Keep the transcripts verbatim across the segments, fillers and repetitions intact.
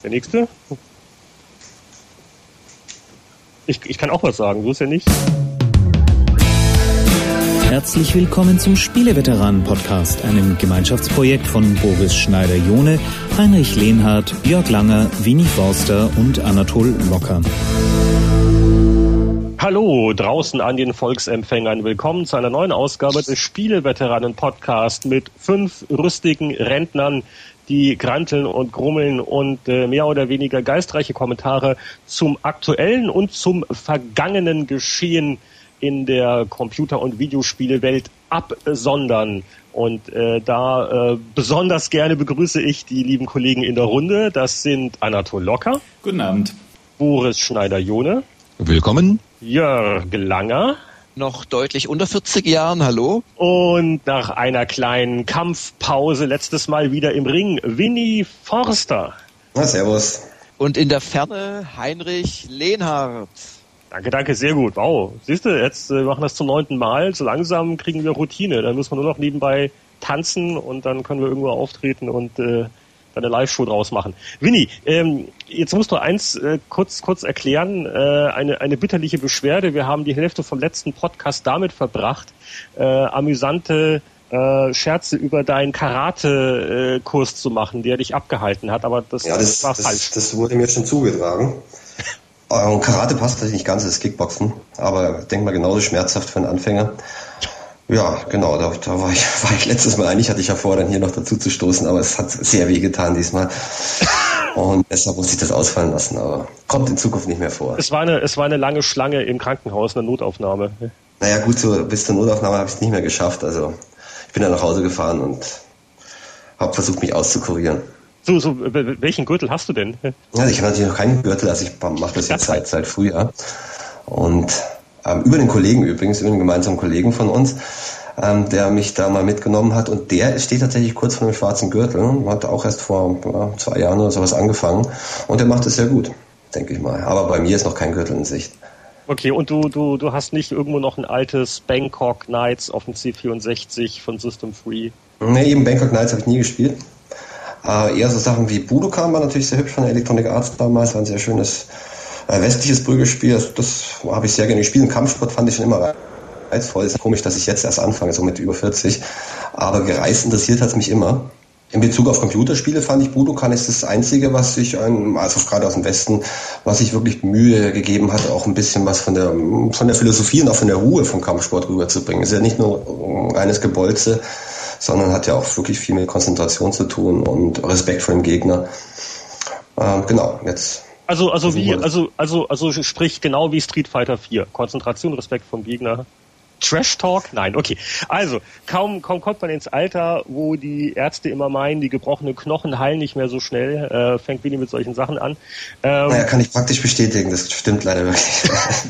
Der nächste? Ich, ich kann auch was sagen, so ist ja nicht. Herzlich willkommen zum Spieleveteranen-Podcast, einem Gemeinschaftsprojekt von Boris Schneider-Johne, Heinrich Lehnhardt, Jörg Langer, Winnie Forster und Anatol Locker. Hallo draußen an den Volksempfängern. Willkommen zu einer neuen Ausgabe des Spieleveteranen-Podcasts mit fünf rüstigen Rentnern, die granteln und grummeln und äh, mehr oder weniger geistreiche Kommentare zum aktuellen und zum vergangenen Geschehen in der Computer- und Videospielewelt absondern. Und äh, da äh, besonders gerne begrüße ich die lieben Kollegen in der Runde. Das sind Anatol Locker. Guten Abend. Boris Schneider-Johne. Willkommen. Jörg Langer. Noch deutlich unter vierzig Jahren, hallo. Und nach einer kleinen Kampfpause letztes Mal wieder im Ring, Winnie Forster. Na, servus. Und in der Ferne Heinrich Lehnhardt. Danke, danke, sehr gut. Wow, siehst du, jetzt äh, machen wir das zum neunten Mal. So langsam kriegen wir Routine. Dann müssen wir nur noch nebenbei tanzen und dann können wir irgendwo auftreten und äh, eine Live-Show draus machen. Winnie, ähm, jetzt musst du eins äh, kurz kurz erklären, äh, eine eine bitterliche Beschwerde. Wir haben die Hälfte vom letzten Podcast damit verbracht, äh, amüsante äh, Scherze über deinen Karate-Kurs äh, zu machen, der dich abgehalten hat, aber das, ja, das, das war das, falsch. Das wurde mir schon zugetragen. ähm, Karate passt natürlich nicht ganz, das Kickboxen, aber ich denke mal genauso schmerzhaft für einen Anfänger. Ja, genau, da, da war, ich, war ich letztes Mal, eigentlich hatte ich ja vor, dann hier noch dazu zu stoßen, aber es hat sehr weh getan diesmal. Und deshalb musste ich das ausfallen lassen, aber kommt in Zukunft nicht mehr vor. Es war eine, es war eine lange Schlange im Krankenhaus, eine Notaufnahme. Naja gut, so bis zur Notaufnahme habe ich es nicht mehr geschafft, also ich bin dann nach Hause gefahren und habe versucht, mich auszukurieren. So, so, welchen Gürtel hast du denn? Ja, ich habe natürlich noch keinen Gürtel, also ich mache das jetzt seit, seit Frühjahr. Und ähm, über den Kollegen übrigens, über den gemeinsamen Kollegen von uns, ähm, der mich da mal mitgenommen hat. Und der steht tatsächlich kurz vor dem schwarzen Gürtel, hat auch erst vor ja, zwei Jahren oder sowas angefangen. Und der macht es sehr gut, denke ich mal. Aber bei mir ist noch kein Gürtel in Sicht. Okay, und du, du, du hast nicht irgendwo noch ein altes Bangkok Knights auf dem C vierundsechzig von System Free? Nee, eben Bangkok Knights habe ich nie gespielt. Äh, eher so Sachen wie Budokan war natürlich sehr hübsch von der Electronic Arts damals, war ein sehr schönes äh, westliches Prügelspiel, das, das habe ich sehr gerne gespielt. Und Kampfsport fand ich schon immer reizvoll. Ist komisch, dass ich jetzt erst anfange, so mit über vierzig, aber gereist interessiert hat es mich immer. In Bezug auf Computerspiele fand ich Budokan ist das Einzige, was sich, also gerade aus dem Westen, was sich wirklich Mühe gegeben hat, auch ein bisschen was von der von der Philosophie und auch von der Ruhe vom Kampfsport rüberzubringen. Ist ja nicht nur reines Gebolze, sondern hat ja auch wirklich viel mit Konzentration zu tun und Respekt vor dem Gegner. Ähm, genau, jetzt. Also, also wie, also, also, also sprich genau wie Street Fighter vier. Konzentration, Respekt vom Gegner. Trash Talk? Nein, okay. Also, kaum, kaum kommt man ins Alter, wo die Ärzte immer meinen, die gebrochenen Knochen heilen nicht mehr so schnell, äh, fängt Winnie mit solchen Sachen an. Ähm, naja, kann ich praktisch bestätigen, das stimmt leider wirklich.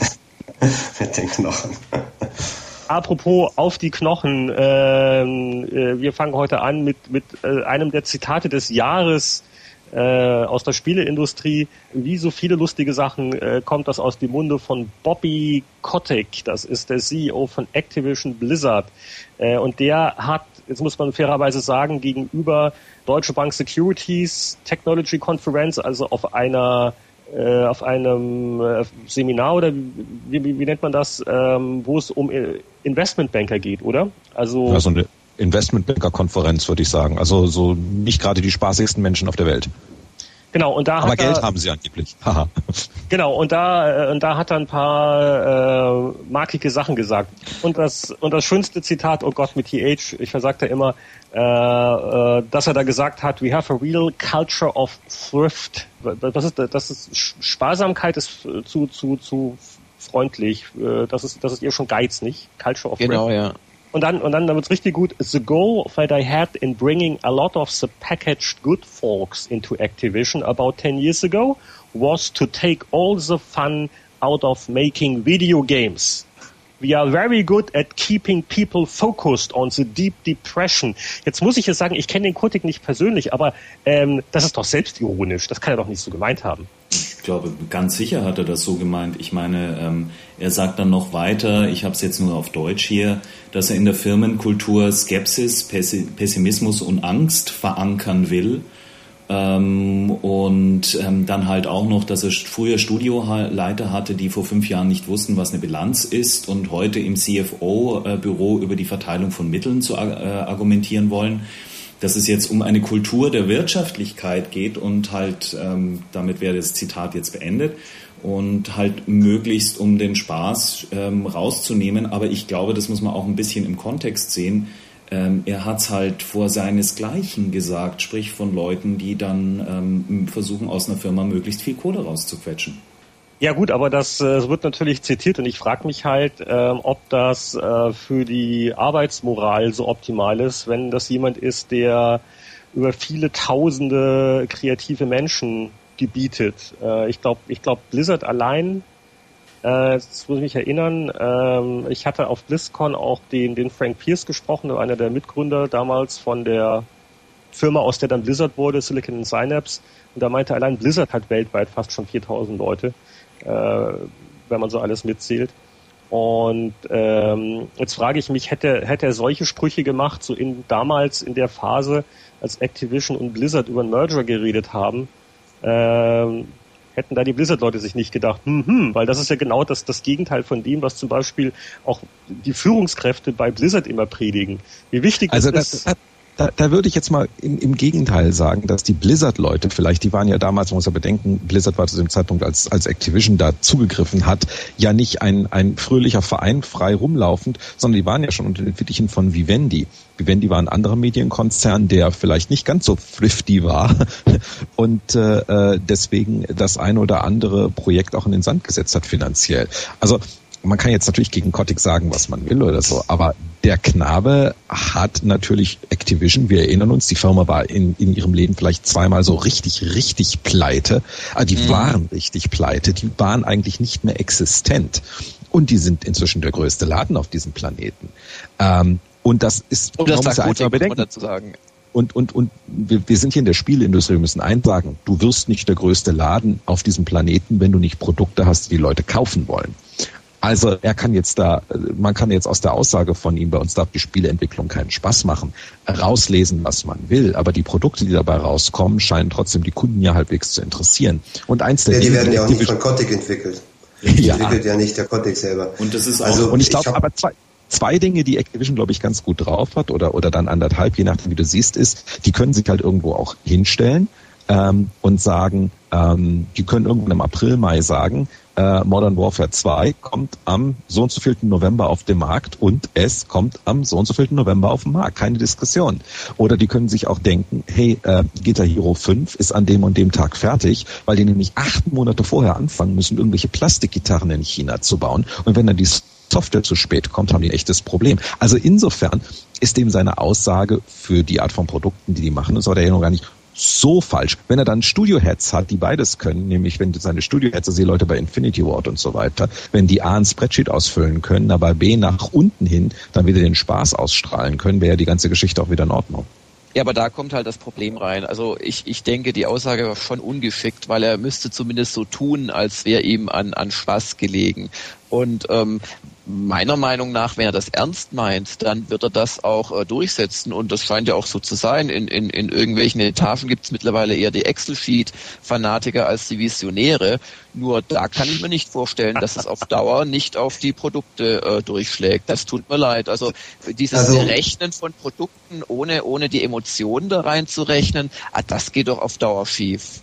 Mit den Knochen. Apropos auf die Knochen, äh, wir fangen heute an mit, mit äh, einem der Zitate des Jahres äh, aus der Spieleindustrie. Wie so viele lustige Sachen äh, kommt das aus dem Munde von Bobby Kotick. Das ist der C E O von Activision Blizzard. Äh, und der hat, jetzt muss man fairerweise sagen, gegenüber Deutsche Bank Securities Technology Conference, also auf einer äh, auf einem äh, Seminar oder wie, wie, wie nennt man das, ähm, wo es um äh, Investmentbanker geht, oder? Also ja, so eine Investmentbanker-Konferenz, würde ich sagen. Also so nicht gerade die spaßigsten Menschen auf der Welt. Genau, und da Aber hat Geld er, haben sie angeblich. Haha. Genau, und da und da hat er ein paar äh, markige Sachen gesagt. Und das und das schönste Zitat, oh Gott, mit T H, ich versag da immer, äh, äh, dass er da gesagt hat, we have a real culture of thrift. Das ist das ist Sparsamkeit ist zu zu zu freundlich. Das ist das ist eher schon Geiz, nicht? Culture of thrift. Genau, ja. Und dann, und dann, dann wird's richtig gut. The goal that I had in bringing a lot of the packaged good folks into Activision about ten years ago was to take all the fun out of making video games. We are very good at keeping people focused on the deep depression. Jetzt muss ich jetzt sagen, ich kenne den Kotick nicht persönlich, aber ähm, das ist doch selbstironisch. Das kann er doch nicht so gemeint haben. Ich glaube, ganz sicher hat er das so gemeint. Ich meine, ähm, er sagt dann noch weiter, ich habe es jetzt nur auf Deutsch hier, dass er in der Firmenkultur Skepsis, Pessimismus und Angst verankern will. Ähm, und ähm, dann halt auch noch, dass er früher Studioleiter hatte, die vor fünf Jahren nicht wussten, was eine Bilanz ist und heute im C F O-Büro über die Verteilung von Mitteln zu äh, argumentieren wollen. Dass es jetzt um eine Kultur der Wirtschaftlichkeit geht und halt, ähm, damit wäre das Zitat jetzt beendet, und halt möglichst um den Spaß ähm, rauszunehmen. Aber ich glaube, das muss man auch ein bisschen im Kontext sehen. Ähm, er hat es halt vor seinesgleichen gesagt, sprich von Leuten, die dann ähm, versuchen, aus einer Firma möglichst viel Kohle rauszuquetschen. Ja gut, aber das äh, wird natürlich zitiert und ich frage mich halt, ähm, ob das äh, für die Arbeitsmoral so optimal ist, wenn das jemand ist, der über viele tausende kreative Menschen gebietet. Äh, ich glaube, ich glaube Blizzard allein, äh, das muss ich mich erinnern, ähm, ich hatte auf BlizzCon auch den, den Frank Pierce gesprochen, einer der Mitgründer damals von der Firma, aus der dann Blizzard wurde, Silicon and Synapse, und da meinte allein Blizzard hat weltweit fast schon viertausend Leute. Äh, wenn man so alles mitzählt. Und ähm, jetzt frage ich mich, hätte, hätte er solche Sprüche gemacht, so in damals in der Phase, als Activision und Blizzard über einen Merger geredet haben, ähm, hätten da die Blizzard-Leute sich nicht gedacht, hm, hm, weil das ist ja genau das, das Gegenteil von dem, was zum Beispiel auch die Führungskräfte bei Blizzard immer predigen. Wie wichtig also es das ist... Das, Da, da würde ich jetzt mal im, im Gegenteil sagen, dass die Blizzard-Leute vielleicht, die waren ja damals, man muss ja bedenken, Blizzard war zu dem Zeitpunkt, als, als Activision da zugegriffen hat, ja nicht ein, ein fröhlicher Verein frei rumlaufend, sondern die waren ja schon unter den Fittichen von Vivendi. Vivendi war ein anderer Medienkonzern, der vielleicht nicht ganz so thrifty war und äh, deswegen das eine oder andere Projekt auch in den Sand gesetzt hat finanziell. Also man kann jetzt natürlich gegen Kotick sagen, was man will oder so, aber der Knabe hat natürlich Activision, wir erinnern uns, die Firma war in, in ihrem Leben vielleicht zweimal so richtig, richtig pleite. Also die mhm. waren richtig pleite, die waren eigentlich nicht mehr existent. Und die sind inzwischen der größte Laden auf diesem Planeten. Ähm, und das ist, und das man muss ja einfach bedenken. Dazu sagen. Und, und, und wir, wir sind hier in der Spielindustrie, wir müssen eins sagen, du wirst nicht der größte Laden auf diesem Planeten, wenn du nicht Produkte hast, die die Leute kaufen wollen. Also er kann jetzt da, man kann jetzt aus der Aussage von ihm, bei uns darf die Spieleentwicklung keinen Spaß machen, rauslesen, was man will, aber die Produkte, die dabei rauskommen, scheinen trotzdem die Kunden ja halbwegs zu interessieren. Und eins der ja, die Dinge, werden ja auch nicht von Kotick entwickelt. Die ja. entwickelt ja nicht der Kotick selber. Und das ist auch, also, und ich glaube, aber zwei, zwei Dinge, die Activision, glaube ich, ganz gut drauf hat, oder, oder dann anderthalb, je nachdem, wie du siehst, ist, die können sich halt irgendwo auch hinstellen ähm, und sagen, ähm, die können irgendwann im April, Mai sagen, Uh, Modern Warfare zwei kommt am so und so vielten November auf den Markt und es kommt am so und so vielten November auf den Markt. Keine Diskussion. Oder die können sich auch denken, hey, uh, Guitar Hero fünf ist an dem und dem Tag fertig, weil die nämlich acht Monate vorher anfangen müssen, irgendwelche Plastikgitarren in China zu bauen. Und wenn dann die Software zu spät kommt, haben die ein echtes Problem. Also insofern ist dem seine Aussage für die Art von Produkten, die die machen, das war der ja noch gar nicht so falsch. Wenn er dann Studio-Heads hat, die beides können, nämlich wenn seine Studio-Heads, also die Leute bei Infinity Ward und so weiter, wenn die A ein Spreadsheet ausfüllen können, aber B nach unten hin dann wieder den Spaß ausstrahlen können, wäre ja die ganze Geschichte auch wieder in Ordnung. Ja, aber da kommt halt das Problem rein. Also ich, ich denke, die Aussage war schon ungeschickt, weil er müsste zumindest so tun, als wäre ihm an, an Spaß gelegen. Und ähm, meiner Meinung nach, wenn er das ernst meint, dann wird er das auch äh, durchsetzen und das scheint ja auch so zu sein. In, in, in irgendwelchen Etagen gibt es mittlerweile eher die Excel-Sheet-Fanatiker als die Visionäre. Nur da kann ich mir nicht vorstellen, dass es auf Dauer nicht auf die Produkte äh, durchschlägt. Das tut mir leid. Also dieses also, Rechnen von Produkten ohne, ohne die Emotionen da reinzurechnen, ah, das geht doch auf Dauer schief.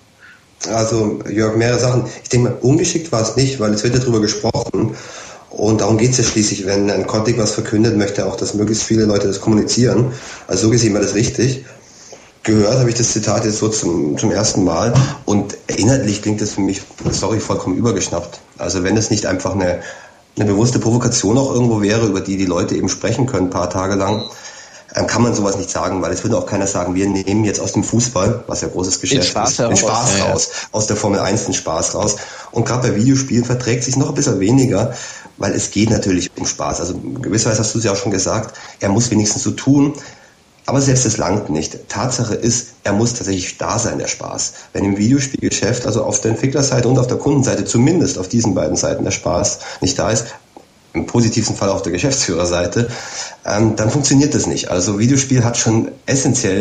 Also Jörg, mehrere Sachen. Ich denke mal, ungeschickt war es nicht, weil es wird ja drüber gesprochen. Und darum geht es ja schließlich, wenn ein Kotick was verkündet, möchte er auch, dass möglichst viele Leute das kommunizieren. Also so gesehen war das richtig. Gehört habe ich das Zitat jetzt so zum, zum ersten Mal und inhaltlich klingt das für mich, sorry, vollkommen übergeschnappt. Also wenn es nicht einfach eine, eine bewusste Provokation auch irgendwo wäre, über die die Leute eben sprechen können, ein paar Tage lang, kann man sowas nicht sagen, weil es würde auch keiner sagen, wir nehmen jetzt aus dem Fußball, was ja großes Geschäft ist, den Spaß ja, raus, ja. aus der Formel eins den Spaß raus. Und gerade bei Videospielen verträgt sich noch ein bisschen weniger, weil es geht natürlich um Spaß. Also gewisserweise hast du es ja auch schon gesagt, er muss wenigstens so tun, aber selbst das langt nicht. Tatsache ist, er muss tatsächlich da sein, der Spaß. Wenn im Videospielgeschäft, also auf der Entwicklerseite und auf der Kundenseite, zumindest auf diesen beiden Seiten der Spaß nicht da ist, im positivsten Fall auf der Geschäftsführerseite, ähm, dann funktioniert das nicht. Also Videospiel hat schon essentiell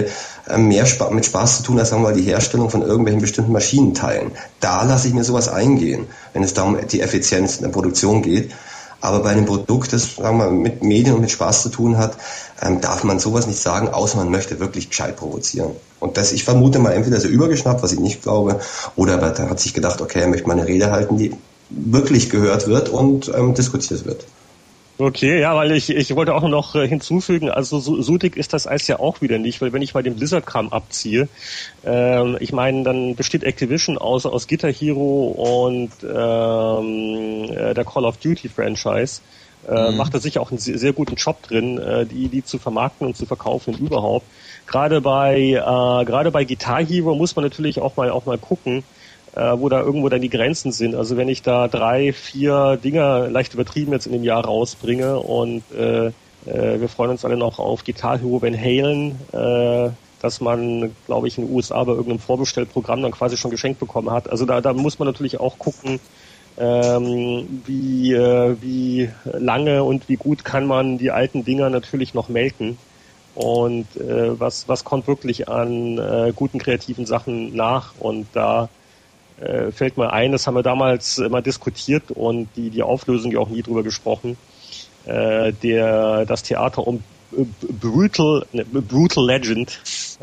mehr Spa- mit Spaß zu tun als, sagen wir mal, die Herstellung von irgendwelchen bestimmten Maschinenteilen. Da lasse ich mir sowas eingehen, wenn es darum die Effizienz in der Produktion geht. Aber bei einem Produkt, das, sagen wir mal, mit Medien und mit Spaß zu tun hat, ähm, darf man sowas nicht sagen, außer man möchte wirklich gescheit provozieren. Und das, ich vermute mal, entweder ist er übergeschnappt, was ich nicht glaube, oder er hat sich gedacht, okay, er möchte mal eine Rede halten, die wirklich gehört wird und ähm, diskutiert wird. Okay, ja, weil ich ich wollte auch noch äh, hinzufügen, also so, so dick ist das Eis ja auch wieder nicht, weil wenn ich mal den Blizzard-Kram abziehe, ähm, ich meine, dann besteht Activision aus aus Guitar Hero und ähm, äh, der Call of Duty Franchise, äh, mhm. macht da sicher auch einen sehr, sehr guten Job drin, äh, die die zu vermarkten und zu verkaufen und überhaupt. Gerade bei äh, gerade bei Guitar Hero muss man natürlich auch mal auch mal gucken, wo da irgendwo dann die Grenzen sind. Also wenn ich da drei, vier Dinger leicht übertrieben jetzt in dem Jahr rausbringe und äh, äh, wir freuen uns alle noch auf Guitar Hero Van Halen, äh, dass man, glaube ich, in den U S A bei irgendeinem Vorbestellprogramm dann quasi schon geschenkt bekommen hat. Also da, da muss man natürlich auch gucken, ähm, wie, äh, wie lange und wie gut kann man die alten Dinger natürlich noch melken. Und äh, was, was kommt wirklich an äh, guten kreativen Sachen nach. Und da Äh, fällt mir ein, das haben wir damals immer diskutiert und die die Auflösung ja auch nie drüber gesprochen. Äh, der das Theater um äh, Brutal ne, Brutal Legend,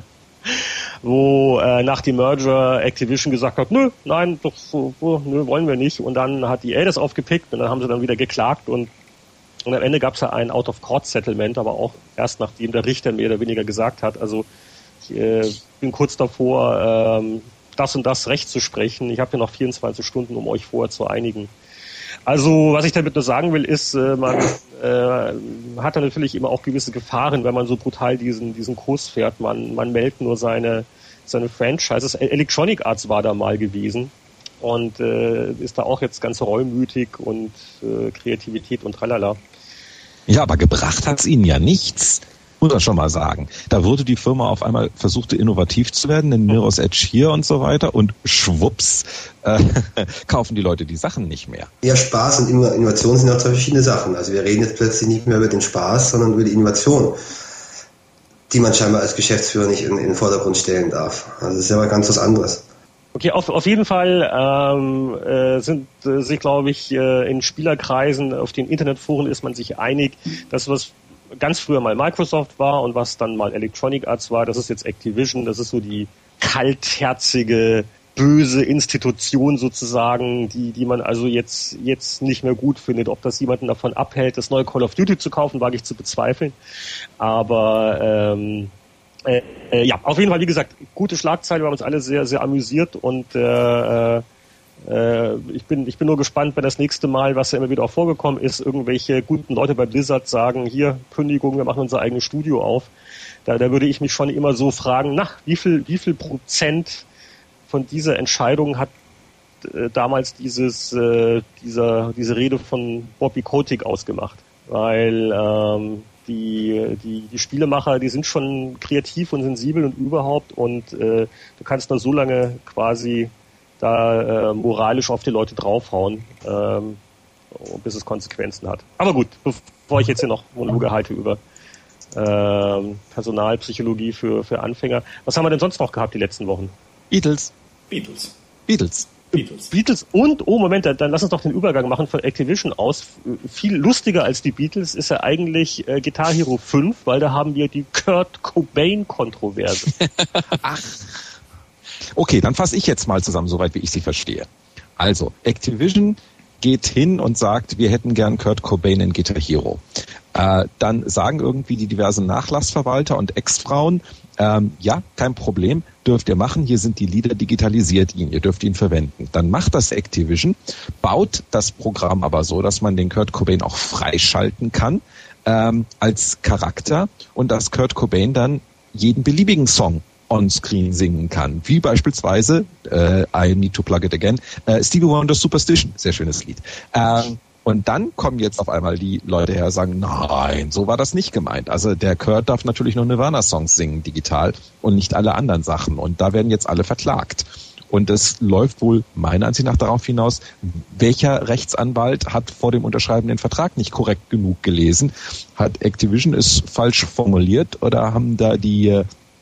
wo äh, nach dem Merger Activision gesagt hat, nö, nein, doch, so, nö, wollen wir nicht. Und dann hat die E A das aufgepickt und dann haben sie dann wieder geklagt und und am Ende gab es ja ein Out-of-Court-Settlement, aber auch erst nachdem der Richter mehr oder weniger gesagt hat, also ich äh, bin kurz davor, ähm, das und das Recht zu sprechen. Ich habe ja noch vierundzwanzig Stunden, um euch vorher zu einigen. Also, was ich damit nur sagen will, ist, äh, man äh, hat da natürlich immer auch gewisse Gefahren, wenn man so brutal diesen diesen Kurs fährt. Man man meldet nur seine seine Franchises. Electronic Arts war da mal gewesen und äh, ist da auch jetzt ganz reumütig und äh, Kreativität und tralala. Ja, aber gebracht hat's ihnen ja nichts. Muss man schon mal sagen. Da wurde die Firma auf einmal versuchte innovativ zu werden, den Mirror's Edge hier und so weiter und schwupps äh, kaufen die Leute die Sachen nicht mehr. Ja, Spaß und Innovation sind ja zwei verschiedene Sachen. Also wir reden jetzt plötzlich nicht mehr über den Spaß, sondern über die Innovation, die man scheinbar als Geschäftsführer nicht in, in den Vordergrund stellen darf. Also das ist ja mal ganz was anderes. Okay, auf, auf jeden Fall ähm, äh, sind äh, sich, glaube ich, äh, in Spielerkreisen, auf den Internetforen ist man sich einig, dass was ganz früher mal Microsoft war und was dann mal Electronic Arts war, das ist jetzt Activision, das ist so die kaltherzige, böse Institution sozusagen, die die man also jetzt jetzt nicht mehr gut findet. Ob das jemanden davon abhält, das neue Call of Duty zu kaufen, wage ich zu bezweifeln. Aber ähm, äh, äh, ja, auf jeden Fall, wie gesagt, gute Schlagzeile, wir haben uns alle sehr, sehr amüsiert und äh, äh, ich bin ich bin nur gespannt, wenn das nächste Mal, was ja immer wieder auch vorgekommen ist, irgendwelche guten Leute bei Blizzard sagen, hier, Kündigung, wir machen unser eigenes Studio auf. Da, da würde ich mich schon immer so fragen, na, wie viel, wie viel Prozent von dieser Entscheidung hat äh, damals dieses, äh, dieser, diese Rede von Bobby Kotick ausgemacht? Weil ähm, die, die, die Spielemacher, die sind schon kreativ und sensibel und überhaupt und äh, du kannst nur so lange quasi da äh, moralisch auf die Leute draufhauen, ähm, bis es Konsequenzen hat. Aber gut, bevor ich jetzt hier noch Monologe halte über ähm, Personalpsychologie für, für Anfänger. Was haben wir denn sonst noch gehabt die letzten Wochen? Beatles. Beatles. Beatles. Beatles. Beatles und, oh Moment, dann, dann lass uns doch den Übergang machen von Activision aus. Viel lustiger als die Beatles ist ja eigentlich äh, Guitar Hero fünf, weil da haben wir die Kurt Cobain-Kontroverse. Ach. Okay, dann fasse ich jetzt mal zusammen, soweit wie ich sie verstehe. Also, Activision geht hin und sagt, wir hätten gern Kurt Cobain in Guitar Hero. Äh, dann sagen irgendwie die diversen Nachlassverwalter und Ex-Frauen, ähm, ja, kein Problem, dürft ihr machen, hier sind die Lieder, digitalisiert ihn, ihr dürft ihn verwenden. Dann macht das Activision, baut das Programm aber so, dass man den Kurt Cobain auch freischalten kann ähm, als Charakter und dass Kurt Cobain dann jeden beliebigen Song on-screen singen kann, wie beispielsweise äh, I Need to Plug It Again, äh, Stevie Wonder's Superstition, sehr schönes Lied. Ähm, und dann kommen jetzt auf einmal die Leute her und sagen, nein, so war das nicht gemeint. Also der Kurt darf natürlich nur Nirvana-Songs singen digital und nicht alle anderen Sachen. Und da werden jetzt alle verklagt. Und es läuft wohl meiner Ansicht nach darauf hinaus, welcher Rechtsanwalt hat vor dem Unterschreiben den Vertrag nicht korrekt genug gelesen? Hat Activision es falsch formuliert oder haben da die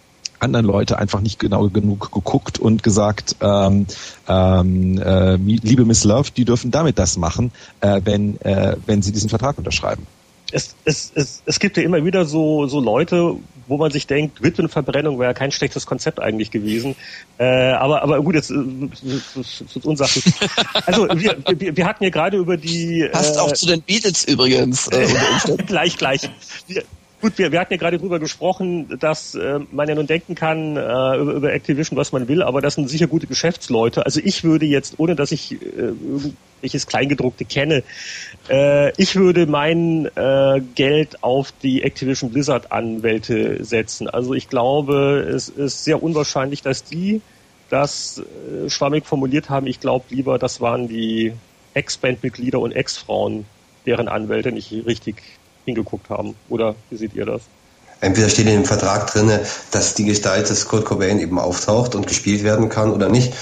anderen Leute einfach nicht genau genug geguckt und gesagt, ähm, ähm, äh, liebe Miss Love, die dürfen damit das machen, äh, wenn, äh, wenn sie diesen Vertrag unterschreiben. Es, es, es, es gibt ja immer wieder so, so Leute, wo man sich denkt, Witwenverbrennung wäre ja kein schlechtes Konzept eigentlich gewesen. Äh, aber, aber gut, jetzt äh, das ist unsachlich. Also wir, wir, wir hatten ja gerade über die... Passt äh, auch zu den Beatles übrigens. Äh, gleich, gleich. Wir, Gut, wir, wir hatten ja gerade drüber gesprochen, dass äh, man ja nun denken kann äh, über, über Activision, was man will, aber das sind sicher gute Geschäftsleute. Also ich würde jetzt, ohne dass ich äh, irgendwelches Kleingedruckte kenne, äh, ich würde mein äh, Geld auf die Activision Blizzard Anwälte setzen. Also ich glaube, es ist sehr unwahrscheinlich, dass die das äh, schwammig formuliert haben. Ich glaube lieber, das waren die Ex-Bandmitglieder und Ex-Frauen, deren Anwälte nicht richtig hingeguckt haben. Oder wie seht ihr das? Entweder steht in dem Vertrag drin, dass die Gestalt des Kurt Cobain eben auftaucht und gespielt werden kann oder nicht.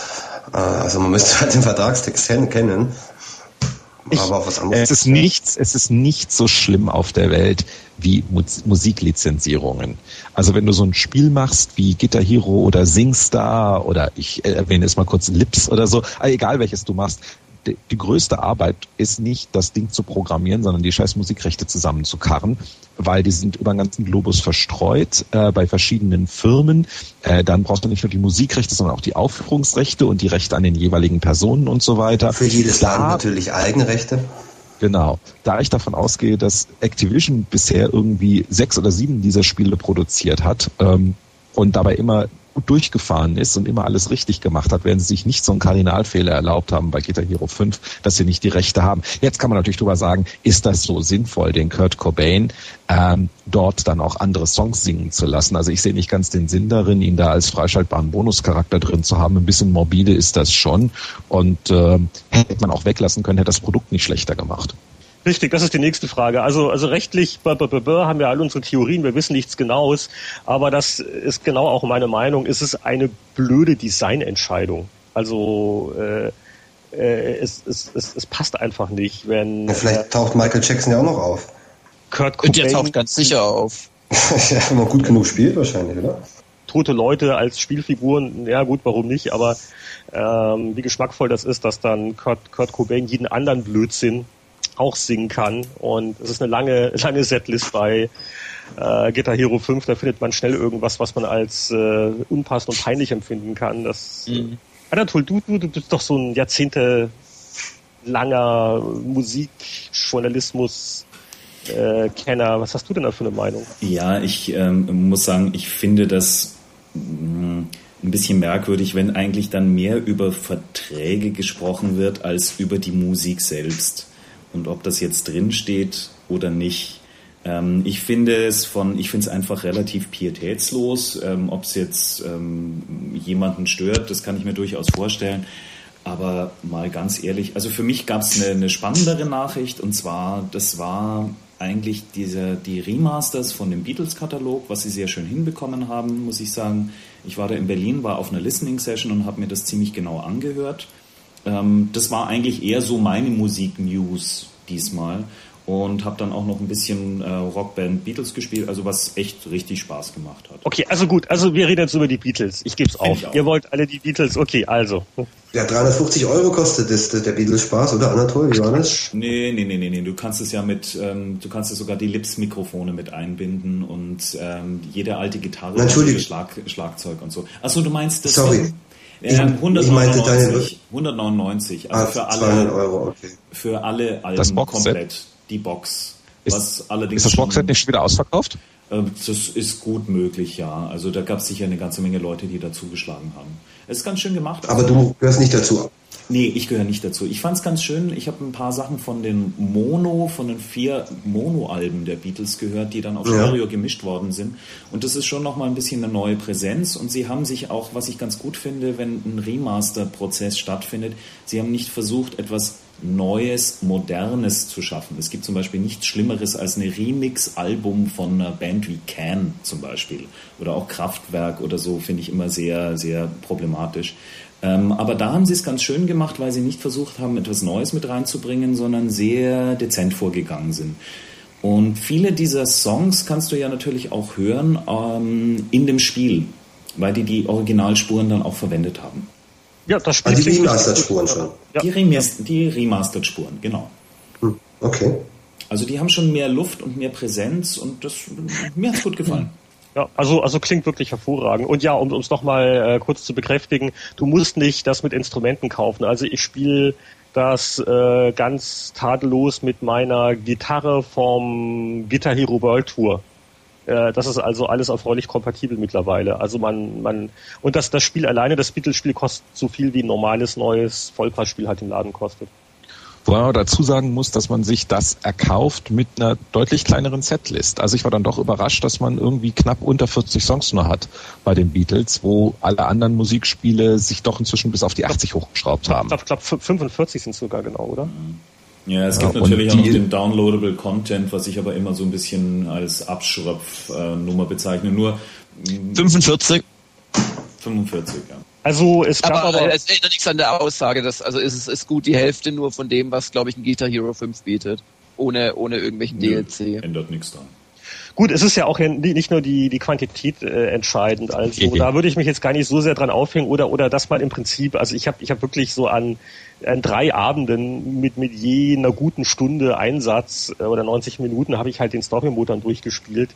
Also man müsste halt den Vertragstext kennen. Ich, aber auch was anderes. Es ist nichts, es ist nicht so schlimm auf der Welt wie Musiklizenzierungen. Also wenn du so ein Spiel machst wie Guitar Hero oder SingStar oder ich erwähne es mal kurz Lips oder so, egal welches du machst, die größte Arbeit ist nicht, das Ding zu programmieren, sondern die scheiß Musikrechte zusammenzukarren, weil die sind über den ganzen Globus verstreut äh, bei verschiedenen Firmen. Äh, dann brauchst du nicht nur die Musikrechte, sondern auch die Aufführungsrechte und die Rechte an den jeweiligen Personen und so weiter. Für jedes Land natürlich eigene Rechte. Genau. Da ich davon ausgehe, dass Activision bisher irgendwie sechs oder sieben dieser Spiele produziert hat ähm, und dabei immer gut durchgefahren ist und immer alles richtig gemacht hat, werden sie sich nicht so einen Kardinalfehler erlaubt haben bei Guitar Hero fünf, dass sie nicht die Rechte haben. Jetzt kann man natürlich drüber sagen, ist das so sinnvoll, den Kurt Cobain ähm, dort dann auch andere Songs singen zu lassen? Also ich sehe nicht ganz den Sinn darin, ihn da als freischaltbaren Bonuscharakter drin zu haben. Ein bisschen morbide ist das schon und äh, hätte man auch weglassen können, hätte das Produkt nicht schlechter gemacht. Richtig, das ist die nächste Frage. Also, also rechtlich b- b- b- haben wir alle unsere Theorien, wir wissen nichts Genaues, aber das ist genau auch meine Meinung. Es ist eine blöde Designentscheidung. Also äh, äh, es, es, es, es passt einfach nicht, wenn... Ja, vielleicht äh, taucht Michael Jackson ja auch noch auf. Kurt Cobain, und der taucht ganz sicher auf. Ja, wenn man gut genug spielt wahrscheinlich, oder? Tote Leute als Spielfiguren, ja gut, warum nicht, aber ähm, wie geschmackvoll das ist, dass dann Kurt, Kurt Cobain jeden anderen Blödsinn auch singen kann, und es ist eine lange lange Setlist bei äh, Guitar Hero fünf, da findet man schnell irgendwas, was man als äh, unpassend und peinlich empfinden kann. Das mhm. Anatol, du, du, du bist doch so ein jahrzehntelanger Musikjournalismus äh, Kenner. Was hast du denn da für eine Meinung? Ja, ich ähm, muss sagen, ich finde das mh, ein bisschen merkwürdig, wenn eigentlich dann mehr über Verträge gesprochen wird, als über die Musik selbst. Und ob das jetzt drin steht oder nicht. Ähm, ich finde es von, ich finde es einfach relativ pietätslos. Ähm, ob es jetzt ähm, jemanden stört, das kann ich mir durchaus vorstellen. Aber mal ganz ehrlich, also für mich gab es eine, eine spannendere Nachricht, und zwar, das war eigentlich diese, die Remasters von dem Beatles-Katalog, was sie sehr schön hinbekommen haben, muss ich sagen. Ich war da in Berlin, war auf einer Listening-Session und habe mir das ziemlich genau angehört. Das war eigentlich eher so meine Musik-News diesmal, und habe dann auch noch ein bisschen äh, Rockband Beatles gespielt, also was echt richtig Spaß gemacht hat. Okay, also gut, also wir reden jetzt über die Beatles. Ich gebe es auf. Ihr wollt alle die Beatles, okay, also. Ja, dreihundertfünfzig Euro kostet das, der Beatles Spaß, oder Anatol? Wie war das? Nee, nee, nee, nee, nee. Du kannst es ja mit, ähm, du kannst es sogar die Lips-Mikrofone mit einbinden und ähm, jede alte Gitarre, Entschuldigung. Schlag, Schlagzeug und so. Achso, du meinst das? Sorry. Ich, ähm, hundertneunundneunzig, hundertneunundneunzig, also für alle, Euro, okay. für alle Alben das komplett, die Box. Ist, was allerdings ist das Boxset nicht schon wieder ausverkauft? Äh, das ist gut möglich, ja. Also da gab es sicher eine ganze Menge Leute, die da zugeschlagen haben. Es ist ganz schön gemacht. Aber du gehörst nicht dazu. Nee, ich gehöre nicht dazu. Ich fand es ganz schön. Ich habe ein paar Sachen von den Mono, von den vier Mono-Alben der Beatles gehört, die dann auf Stereo ja. gemischt worden sind. Und das ist schon nochmal ein bisschen eine neue Präsenz. Und sie haben sich auch, was ich ganz gut finde, wenn ein Remaster-Prozess stattfindet, sie haben nicht versucht, etwas Neues, Modernes zu schaffen. Es gibt zum Beispiel nichts Schlimmeres als ein Remix-Album von einer Band wie Can zum Beispiel. Oder auch Kraftwerk oder so, finde ich immer sehr, sehr problematisch. Ähm, aber da haben sie es ganz schön gemacht, weil sie nicht versucht haben, etwas Neues mit reinzubringen, sondern sehr dezent vorgegangen sind. Und viele dieser Songs kannst du ja natürlich auch hören ähm, in dem Spiel. Weil die die Originalspuren dann auch verwendet haben. Ja, das Spiel. Ah, die Remastered-Spuren schon. Ja. Die, Remaster, die Remastered-Spuren, genau. Hm, okay. Also die haben schon mehr Luft und mehr Präsenz und das mir hat's gut gefallen. Ja, also also klingt wirklich hervorragend. Und ja, um es nochmal äh, kurz zu bekräftigen, du musst nicht das mit Instrumenten kaufen. Also ich spiele das äh, ganz tadellos mit meiner Gitarre vom Guitar Hero World Tour. Äh, das ist also alles erfreulich kompatibel mittlerweile. Also man man und das das Spiel alleine, das Beatles-Spiel kostet so viel wie ein normales neues Vollpreisspiel halt im Laden kostet. Wobei man dazu sagen muss, dass man sich das erkauft mit einer deutlich kleineren Setlist. Also ich war dann doch überrascht, dass man irgendwie knapp unter vierzig Songs nur hat bei den Beatles, wo alle anderen Musikspiele sich doch inzwischen bis auf die achtzig hochgeschraubt haben. Ich glaube, glaub, fünfundvierzig sind sogar genau, oder? Ja, es gibt ja, natürlich auch noch den Downloadable Content, was ich aber immer so ein bisschen als Abschröpfnummer bezeichne. Nur fünfundvierzig fünfundvierzig, ja. Also es gab aber, aber es ändert nichts an der Aussage, dass also es ist, ist gut die Hälfte nur von dem, was glaube ich ein Guitar Hero fünf bietet, ohne ohne irgendwelchen D L C. Nö, ändert nichts dran. Gut, es ist ja auch nicht nur die die Quantität äh, entscheidend, also okay. Da würde ich mich jetzt gar nicht so sehr dran aufhängen oder oder dass man im Prinzip, also ich habe ich habe wirklich so an an drei Abenden mit mit je einer guten Stunde Einsatz äh, oder neunzig Minuten habe ich halt den Story-Mode dann durchgespielt.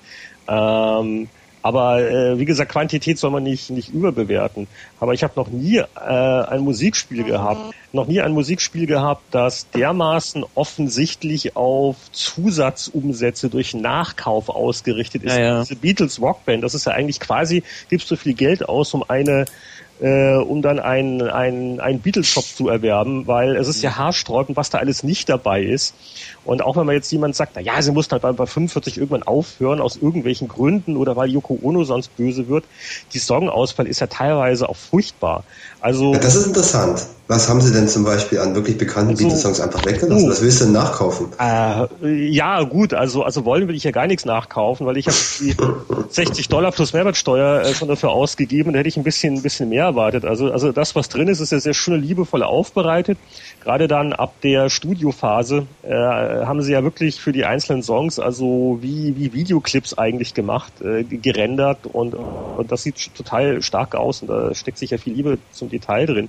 Ähm, Aber äh, wie gesagt, Quantität soll man nicht nicht überbewerten. Aber ich habe noch nie äh, ein Musikspiel gehabt, noch nie ein Musikspiel gehabt, das dermaßen offensichtlich auf Zusatzumsätze durch Nachkauf ausgerichtet ist. Ja, ja. Diese Beatles Rockband, das ist ja eigentlich quasi, gibst du viel Geld aus, um eine äh, um dann einen ein, ein Beatles-Shop zu erwerben, weil es ist ja haarsträubend, was da alles nicht dabei ist. Und auch wenn man jetzt jemand sagt, na ja, sie muss halt bei, bei fünfundvierzig irgendwann aufhören, aus irgendwelchen Gründen oder weil Yoko Ono sonst böse wird, die Songauswahl ist ja teilweise auch furchtbar. Also ja, das ist interessant. Was haben Sie denn zum Beispiel an wirklich bekannten also, Beatles-Songs einfach weggelassen? Oh, was willst du denn nachkaufen? Äh, ja, gut, also also wollen will ich ja gar nichts nachkaufen, weil ich habe die sechzig Dollar plus Mehrwertsteuer äh, schon dafür ausgegeben und da hätte ich ein bisschen ein bisschen mehr erwartet. Also also das, was drin ist, ist ja sehr schön liebevoll aufbereitet. Gerade dann ab der Studiophase äh, haben sie ja wirklich für die einzelnen Songs also wie wie Videoclips eigentlich gemacht, äh, gerendert und und das sieht total stark aus und da steckt sich ja viel Liebe zum Detail drin.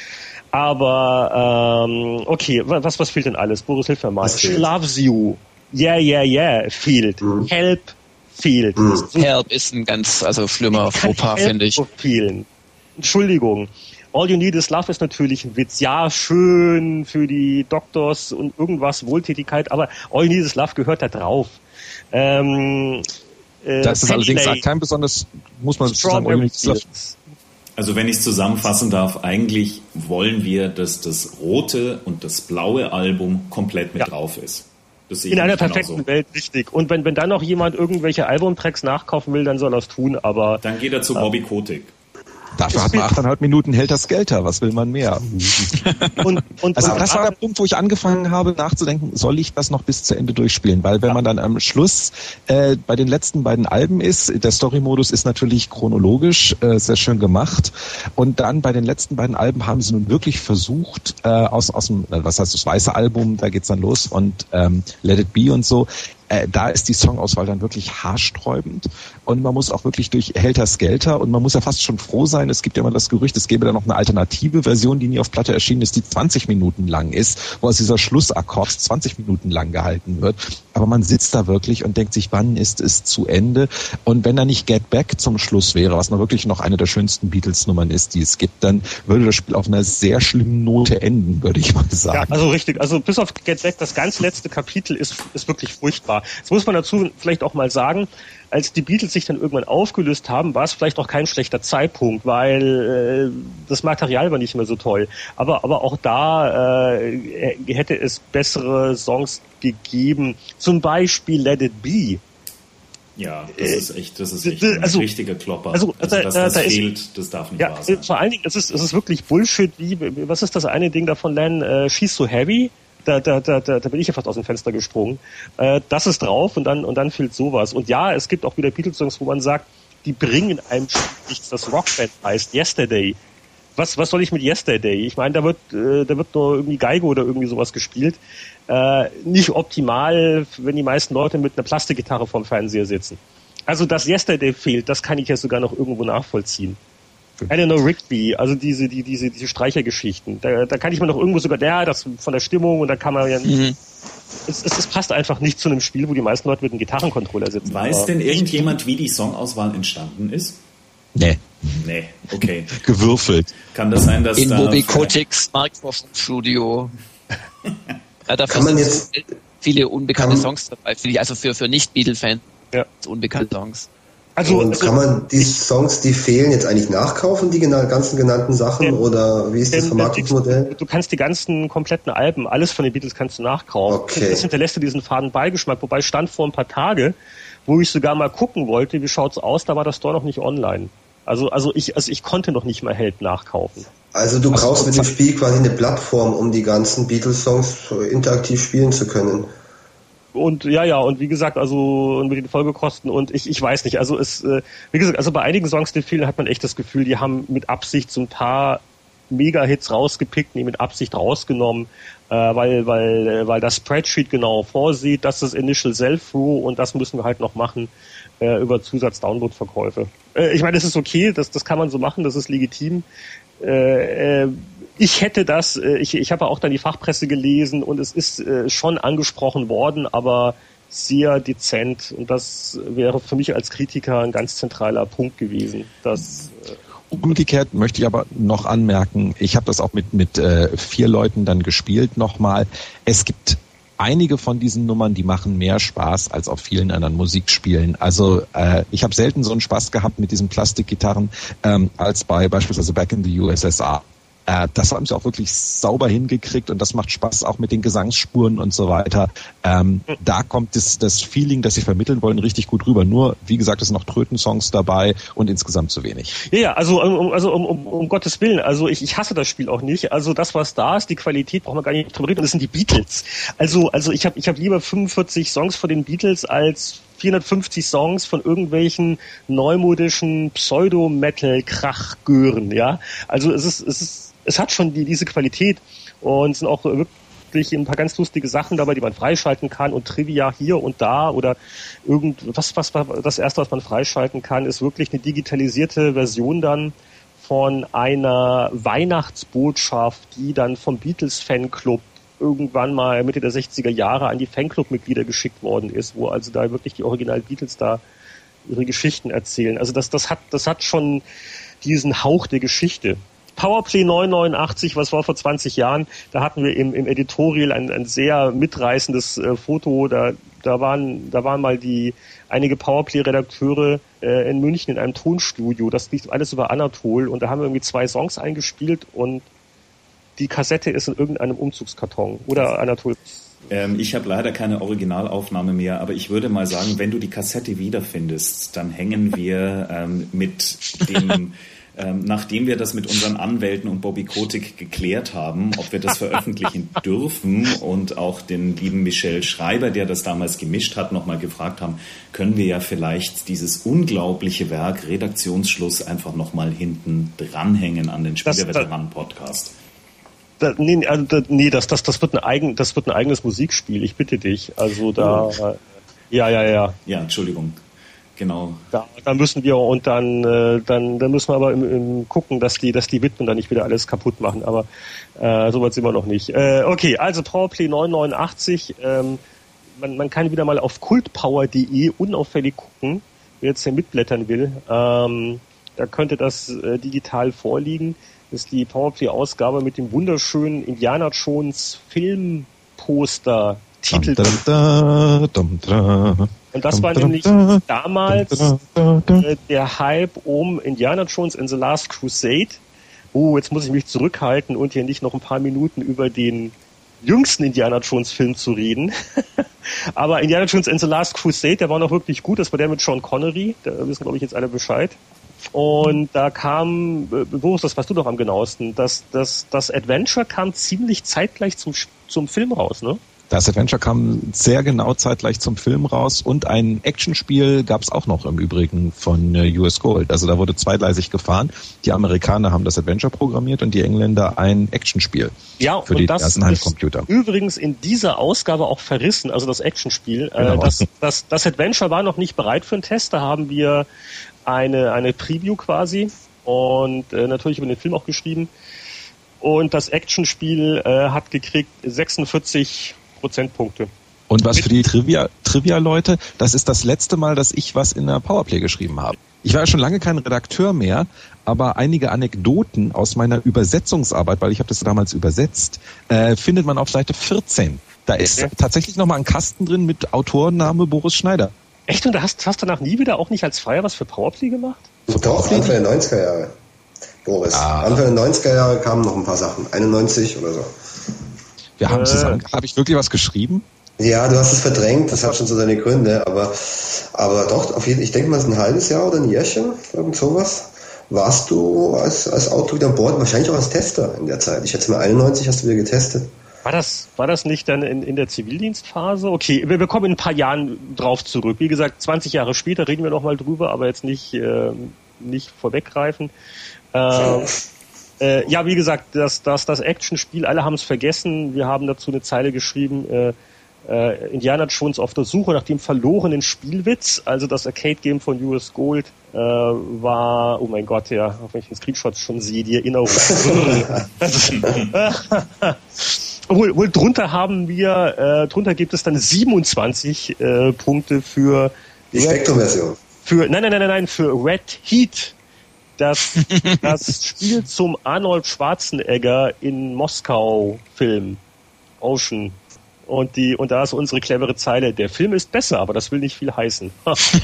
Aber ähm, okay, was was fehlt denn alles? Boris, hilf mir mal. Loves You, Yeah Yeah Yeah fehlt. Mhm. Help fehlt. Mhm. Help ist ein ganz also schlimmer Fauxpas, finde ich. Fehlen. Entschuldigung. All You Need Is Love ist natürlich ein Witz. Ja, schön für die Doctors und irgendwas, Wohltätigkeit, aber All You Need Is Love gehört da drauf. Ähm, äh, das ist allerdings Lay, kein besonders, muss man sagen, All You Need Is Love. Also wenn ich es zusammenfassen darf, eigentlich wollen wir, dass das rote und das blaue Album komplett mit ja. drauf ist. Das in einer perfekten genauso. Welt, richtig. Und wenn, wenn dann noch jemand irgendwelche Albumtracks nachkaufen will, dann soll er es tun, aber... Dann geht er zu äh, Bobby Kotick. Dafür hat man achteinhalb Minuten hält das Gelter. Was will man mehr? und, und, also und das war der Punkt, wo ich angefangen habe nachzudenken, soll ich das noch bis zu Ende durchspielen? Weil wenn ja. man dann am Schluss äh, bei den letzten beiden Alben ist, der Story-Modus ist natürlich chronologisch äh, sehr schön gemacht. Und dann bei den letzten beiden Alben haben sie nun wirklich versucht, äh, aus, aus dem, was heißt das weiße Album, da geht's dann los und ähm, Let It Be und so, Äh, da ist die Songauswahl dann wirklich haarsträubend und man muss auch wirklich durch Helter Skelter und man muss ja fast schon froh sein, es gibt ja immer das Gerücht, es gäbe da noch eine alternative Version, die nie auf Platte erschienen ist, die zwanzig Minuten lang ist, wo aus dieser Schlussakkord zwanzig Minuten lang gehalten wird, aber man sitzt da wirklich und denkt sich, wann ist es zu Ende und wenn da nicht Get Back zum Schluss wäre, was noch wirklich noch eine der schönsten Beatles-Nummern ist, die es gibt, dann würde das Spiel auf einer sehr schlimmen Note enden, würde ich mal sagen. Ja, also richtig, also bis auf Get Back, das ganz letzte Kapitel ist, ist wirklich furchtbar. Jetzt muss man dazu vielleicht auch mal sagen, als die Beatles sich dann irgendwann aufgelöst haben, war es vielleicht auch kein schlechter Zeitpunkt, weil äh, das Material war nicht mehr so toll. Aber aber auch da äh, hätte es bessere Songs gegeben. Zum Beispiel Let It Be. Ja, das ist echt, das ist echt ein also, richtiger Klopper. Also, also dass da, das da fehlt, ist, das darf nicht ja, wahr sein. Vor allen Dingen, es ist, es ist wirklich Bullshit. Wie, was ist das eine Ding davon, Len? Äh, She's So Heavy? Da, da, da, da, da bin ich ja fast aus dem Fenster gesprungen. Äh, das ist drauf und dann und dann fehlt sowas. Und ja, es gibt auch wieder Beatles-Songs, wo man sagt, die bringen einem nichts, das Rockband heißt Yesterday. Was was soll ich mit Yesterday? Ich meine, da wird äh, da wird nur irgendwie Geige oder irgendwie sowas gespielt. Äh, nicht optimal, wenn die meisten Leute mit einer Plastikgitarre vorm Fernseher sitzen. Also, dass Yesterday fehlt, das kann ich ja sogar noch irgendwo nachvollziehen. Eleanor Rigby, also diese, die, diese, diese Streichergeschichten. Da, da kann ich mir noch irgendwo sogar, ja, das von der Stimmung und da kann man ja nicht. Mhm. Es, es, es passt einfach nicht zu einem Spiel, wo die meisten Leute mit einem Gitarrencontroller sitzen. Weiß denn irgendjemand, wie die Songauswahl entstanden ist? Nee. Nee, okay. Gewürfelt. Kann das sein, dass in da... In Bobby Kotick's Microsoft Studio. Ja, da kann man jetzt... viele unbekannte Songs dabei, also für, für Nicht-Beatle-Fans ja. unbekannte Songs. Also, und also, kann man die Songs, die fehlen, jetzt eigentlich nachkaufen, die ganzen genannten Sachen, ja, oder wie ist das Vermarktungsmodell? Du, du kannst die ganzen kompletten Alben, alles von den Beatles kannst du nachkaufen. Okay. Das hinterlässt dir diesen faden Beigeschmack, wobei stand vor ein paar Tage, wo ich sogar mal gucken wollte, wie schaut's aus, da war das Store noch nicht online. Also, also ich, also ich konnte noch nicht mal Help nachkaufen. Also du also, kaufst mit dem Spiel quasi eine Plattform, um die ganzen Beatles-Songs interaktiv spielen zu können. Und ja, ja, und wie gesagt, also mit den Folgekosten und ich, ich weiß nicht, also es, äh, wie gesagt, also bei einigen Songs, die fehlen, hat man echt das Gefühl, die haben mit Absicht so ein paar Mega-Hits rausgepickt, die mit Absicht rausgenommen, äh, weil, weil, äh, weil das Spreadsheet genau vorsieht, das ist Initial Sell-Through und das müssen wir halt noch machen äh, über Zusatz-Download-Verkäufe. Äh, ich meine, das ist okay, das, das kann man so machen, das ist legitim. Äh, äh, Ich hätte das, ich, ich habe auch dann die Fachpresse gelesen und es ist äh, schon angesprochen worden, aber sehr dezent. Und das wäre für mich als Kritiker ein ganz zentraler Punkt gewesen. Dass, äh Umgekehrt möchte ich aber noch anmerken, ich habe das auch mit, mit äh, vier Leuten dann gespielt nochmal. Es gibt einige von diesen Nummern, die machen mehr Spaß als auf vielen anderen Musikspielen. Also äh, ich habe selten so einen Spaß gehabt mit diesen Plastikgitarren ähm, als bei beispielsweise Back in the U S S R. Äh, das haben sie auch wirklich sauber hingekriegt und das macht Spaß auch mit den Gesangsspuren und so weiter. Ähm, da kommt das, das Feeling, das sie vermitteln wollen, richtig gut rüber. Nur, wie gesagt, es sind noch Tröten-Songs dabei und insgesamt zu wenig. Ja, ja, also, um, also um, um, um Gottes Willen, also ich, ich hasse das Spiel auch nicht. Also das, was da ist, die Qualität, brauchen wir gar nicht drüber reden, das sind die Beatles. Also, also ich habe ich hab lieber fünfundvierzig Songs von den Beatles als vierhundertfünfzig Songs von irgendwelchen neumodischen Pseudo-Metal-Krachgören, ja. Also es ist, es ist Es hat schon die, diese Qualität und es sind auch wirklich ein paar ganz lustige Sachen dabei, die man freischalten kann und Trivia hier und da oder irgendwas, was, was das erste, was man freischalten kann, ist wirklich eine digitalisierte Version dann von einer Weihnachtsbotschaft, die dann vom Beatles-Fanclub irgendwann mal Mitte der sechziger Jahre an die Fanclub-Mitglieder geschickt worden ist, wo also da wirklich die Original-Beatles da ihre Geschichten erzählen. Also das, das hat, das hat schon diesen Hauch der Geschichte. Powerplay neunhundertneunundachtzig, was war vor zwanzig Jahren, da hatten wir im, im Editorial ein, ein sehr mitreißendes äh, Foto, da, da waren, da waren mal die, einige Powerplay-Redakteure äh, in München in einem Tonstudio, das lief alles über Anatol und da haben wir irgendwie zwei Songs eingespielt und die Kassette ist in irgendeinem Umzugskarton, oder Anatol? Ähm, ich habe leider keine Originalaufnahme mehr, aber ich würde mal sagen, wenn du die Kassette wiederfindest, dann hängen wir ähm, mit dem... Ähm, nachdem wir das mit unseren Anwälten und Bobby Kotick geklärt haben, ob wir das veröffentlichen dürfen und auch den lieben Michel Schreiber, der das damals gemischt hat, nochmal gefragt haben, können wir ja vielleicht dieses unglaubliche Werk Redaktionsschluss einfach nochmal hinten dranhängen an den Spieleveteranen-Podcast. Da, nee, also, da, nee das, das, das, wird ein eigen, das wird ein eigenes Musikspiel, ich bitte dich. Also da, oh. ja, ja, ja. Ja, Entschuldigung. Genau. Da, da müssen wir und dann, äh, dann, dann müssen wir aber im, im gucken, dass die, dass die Witwen dann nicht wieder alles kaputt machen. Aber äh, so weit sind wir noch nicht. Äh, okay, also Powerplay neunhundertneunundachtzig. Ähm, man, man kann wieder mal auf kultpower punkt de unauffällig gucken, wer jetzt hier mitblättern will. Ähm, da könnte das äh, digital vorliegen. Das ist die Powerplay-Ausgabe mit dem wunderschönen Indiana Jones Filmposter. Titel. Und das war nämlich damals äh, der Hype um Indiana Jones and the Last Crusade. Oh, jetzt muss ich mich zurückhalten und hier nicht noch ein paar Minuten über den jüngsten Indiana Jones Film zu reden. Aber Indiana Jones and the Last Crusade, der war noch wirklich gut. Das war der mit Sean Connery. Da wissen, glaube ich, jetzt alle Bescheid. Und da kam, Boris, das weißt du doch am genauesten, dass das, das Adventure kam ziemlich zeitgleich zum, zum Film raus, ne? Das Adventure kam sehr genau zeitgleich zum Film raus und ein Actionspiel gab es auch noch im Übrigen von äh, U S Gold. Also da wurde zweigleisig gefahren. Die Amerikaner haben das Adventure programmiert und die Engländer ein Actionspiel ja, für und die das ersten Heimcomputer. Übrigens in dieser Ausgabe auch verrissen, also das Actionspiel. Genau. Äh, das, das, das Adventure war noch nicht bereit für einen Test. Da haben wir eine, eine Preview quasi und äh, natürlich über den Film auch geschrieben. Und das Actionspiel äh, hat gekriegt sechsundvierzig Prozentpunkte. Und was für die Trivia, Trivia-Leute, das ist das letzte Mal, dass ich was in der Powerplay geschrieben habe. Ich war ja schon lange kein Redakteur mehr, aber einige Anekdoten aus meiner Übersetzungsarbeit, weil ich habe das damals übersetzt, äh, findet man auf Seite vierzehn. Da ist ja tatsächlich nochmal ein Kasten drin mit Autorenname Boris Schneider. Echt? Und da hast, hast du danach nie wieder auch nicht als Freier was für Powerplay gemacht? Doch, Anfang der neunziger Jahre. Boris. Ah. Anfang der neunziger Jahre kamen noch ein paar Sachen. einundneunzig oder so. Wir haben zusammen. Habe ich wirklich was geschrieben? Ja, du hast es verdrängt, das hat schon so seine Gründe, aber, aber doch, auf jeden Fall, ich denke mal, es ist ein halbes Jahr oder ein Jährchen, irgend sowas. Warst du als, als Autor wieder an Bord, wahrscheinlich auch als Tester in der Zeit. Ich schätze mal, einundneunzig hast du wieder getestet. War das, war das nicht dann in, in der Zivildienstphase? Okay, wir, wir kommen in ein paar Jahren drauf zurück. Wie gesagt, zwanzig Jahre später reden wir nochmal drüber, aber jetzt nicht, äh, nicht vorweggreifen. Äh, Äh, ja, wie gesagt, das, das, das Actionspiel, alle haben es vergessen. Wir haben dazu eine Zeile geschrieben, äh, äh, Indiana Jones auf der Suche nach dem verlorenen Spielwitz. Also das Arcade-Game von U S Gold äh, war, oh mein Gott, ja, auch wenn ich den Screenshot schon sehe, die Erinnerung. Obwohl, wohl drunter haben wir, äh, drunter gibt es dann siebenundzwanzig äh, Punkte für die Spektrum-Version. Für, nein, nein, nein, nein, für Red Heat. Das, das Spiel zum Arnold Schwarzenegger in Moskau-Film Ocean. Und die, und da ist unsere clevere Zeile, der Film ist besser, aber das will nicht viel heißen.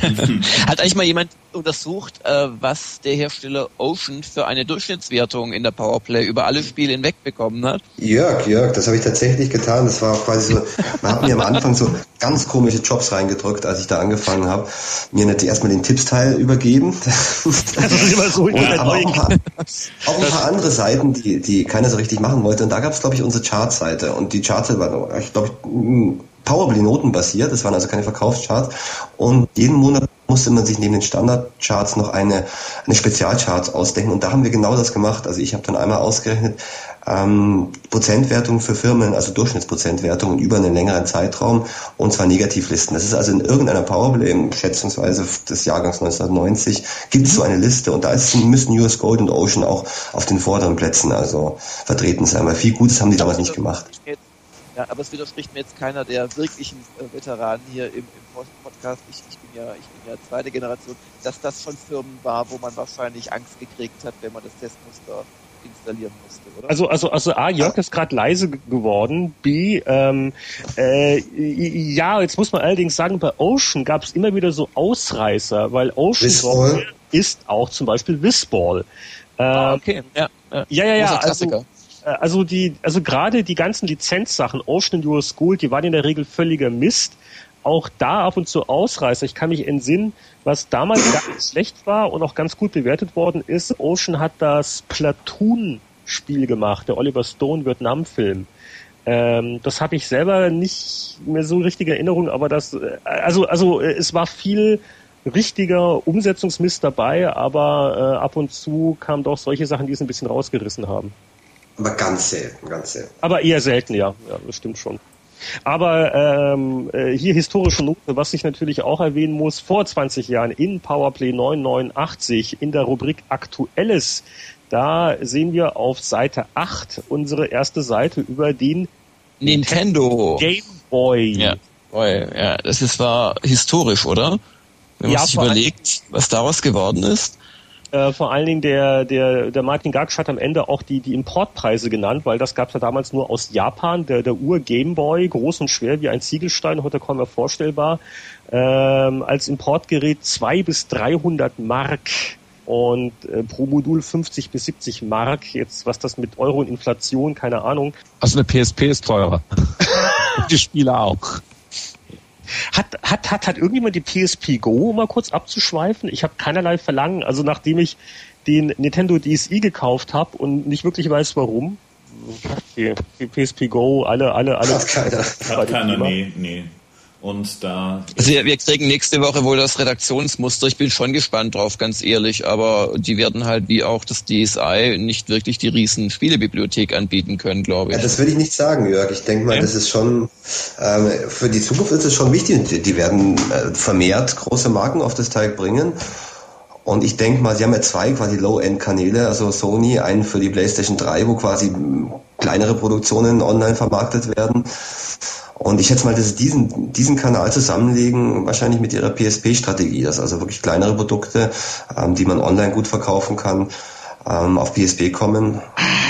Hat eigentlich mal jemand untersucht, äh, was der Hersteller Ocean für eine Durchschnittswertung in der Powerplay über alle Spiele hinweg bekommen hat? Jörg, Jörg, das habe ich tatsächlich getan. Das war quasi so, man hat mir am Anfang so ganz komische Jobs reingedrückt, als ich da angefangen habe. Mir nicht erstmal den Tippsteil übergeben. Das ist immer so. Und aber auch ein, paar, auch ein paar andere Seiten, die, die keiner so richtig machen wollte. Und da gab es, glaube ich, unsere Chartseite. Und die Chartseite war, ich glaube, Powerplay-Noten basiert. Das waren also keine Verkaufscharts. Und jeden Monat musste man sich neben den Standardcharts noch eine, eine Spezialcharts ausdenken. Und da haben wir genau das gemacht. Also ich habe dann einmal ausgerechnet, ähm, Prozentwertung für Firmen, also Durchschnittsprozentwertung über einen längeren Zeitraum, und zwar Negativlisten. Das ist also in irgendeiner Powerplay, schätzungsweise des Jahrgangs neunzehnhundertneunzig, gibt es so eine Liste. Und da ist, müssen U S Gold und Ocean auch auf den vorderen Plätzen also vertreten sein, weil viel Gutes haben die damals nicht gemacht. Ja, aber es widerspricht mir jetzt keiner der wirklichen äh, Veteranen hier im, im Podcast. Ich, ich bin ja, ich bin ja zweite Generation, dass das schon Firmen war, wo man wahrscheinlich Angst gekriegt hat, wenn man das Testmuster installieren musste, oder? Also, also, also A, Jörg ist gerade leise geworden. B, ähm, äh, ja, jetzt muss man allerdings sagen, bei Ocean gab es immer wieder so Ausreißer, weil Ocean ist auch zum Beispiel Whizball. Ähm, ah, okay, ja, ja, ja, ja, ja also, Also die, also gerade die ganzen Lizenzsachen, Ocean und U S Gold, die waren in der Regel völliger Mist. Auch da ab und zu Ausreißer. Ich kann mich entsinnen, was damals gar nicht schlecht war und auch ganz gut bewertet worden ist. Ocean hat das Platoon-Spiel gemacht, der Oliver Stone-Vietnam-Film. Ähm, das habe ich selber nicht mehr so richtige Erinnerung, aber das, also, also es war viel richtiger Umsetzungsmist dabei, aber äh, ab und zu kamen doch solche Sachen, die es ein bisschen rausgerissen haben. Aber ganz selten, ganz selten. Aber eher selten, ja. Ja, das stimmt schon. Aber ähm, hier historische Note, was ich natürlich auch erwähnen muss, vor zwanzig Jahren in Powerplay neunhundertneunundachtzig in der Rubrik Aktuelles, da sehen wir auf Seite acht unsere erste Seite über den Nintendo Game Boy. Ja, ja, das ist, war historisch, oder? Wenn man ja, sich überlegt, was daraus geworden ist. Äh, vor allen Dingen der, der, der Martin Gaksch hat am Ende auch die, die Importpreise genannt, weil das gab es ja damals nur aus Japan, der, der Ur-Gameboy, groß und schwer wie ein Ziegelstein, heute kaum mehr vorstellbar, ähm, als Importgerät zweihundert bis dreihundert Mark und äh, pro Modul fünfzig bis siebzig Mark. Jetzt, was das mit Euro und Inflation, keine Ahnung. Also eine P S P ist teurer. Und die Spiele auch. Hat, hat, hat, hat irgendjemand die P S P Go, um mal kurz abzuschweifen? Ich habe keinerlei Verlangen. Also nachdem ich den Nintendo D S i gekauft habe und nicht wirklich weiß warum, die, die P S P Go, alle, alle, alle. Hat keiner. Hat keiner, nee, nee. Und da. Also wir, wir kriegen nächste Woche wohl das Redaktionsmuster. Ich bin schon gespannt drauf, ganz ehrlich. Aber die werden halt wie auch das D S I nicht wirklich die riesen Spielebibliothek anbieten können, glaube ich. Ja, das würde ich nicht sagen, Jörg. Ich denke mal, ja. das ist schon, ähm, für die Zukunft ist es schon wichtig. Die, die werden äh, vermehrt große Marken auf das Teil bringen. Und ich denke mal, sie haben ja zwei quasi Low-End-Kanäle, also Sony, einen für die PlayStation drei, wo quasi kleinere Produktionen online vermarktet werden. Und ich schätze mal, dass sie diesen, diesen Kanal zusammenlegen, wahrscheinlich mit ihrer P S P-Strategie, dass also wirklich kleinere Produkte, ähm, die man online gut verkaufen kann, ähm, auf P S P kommen.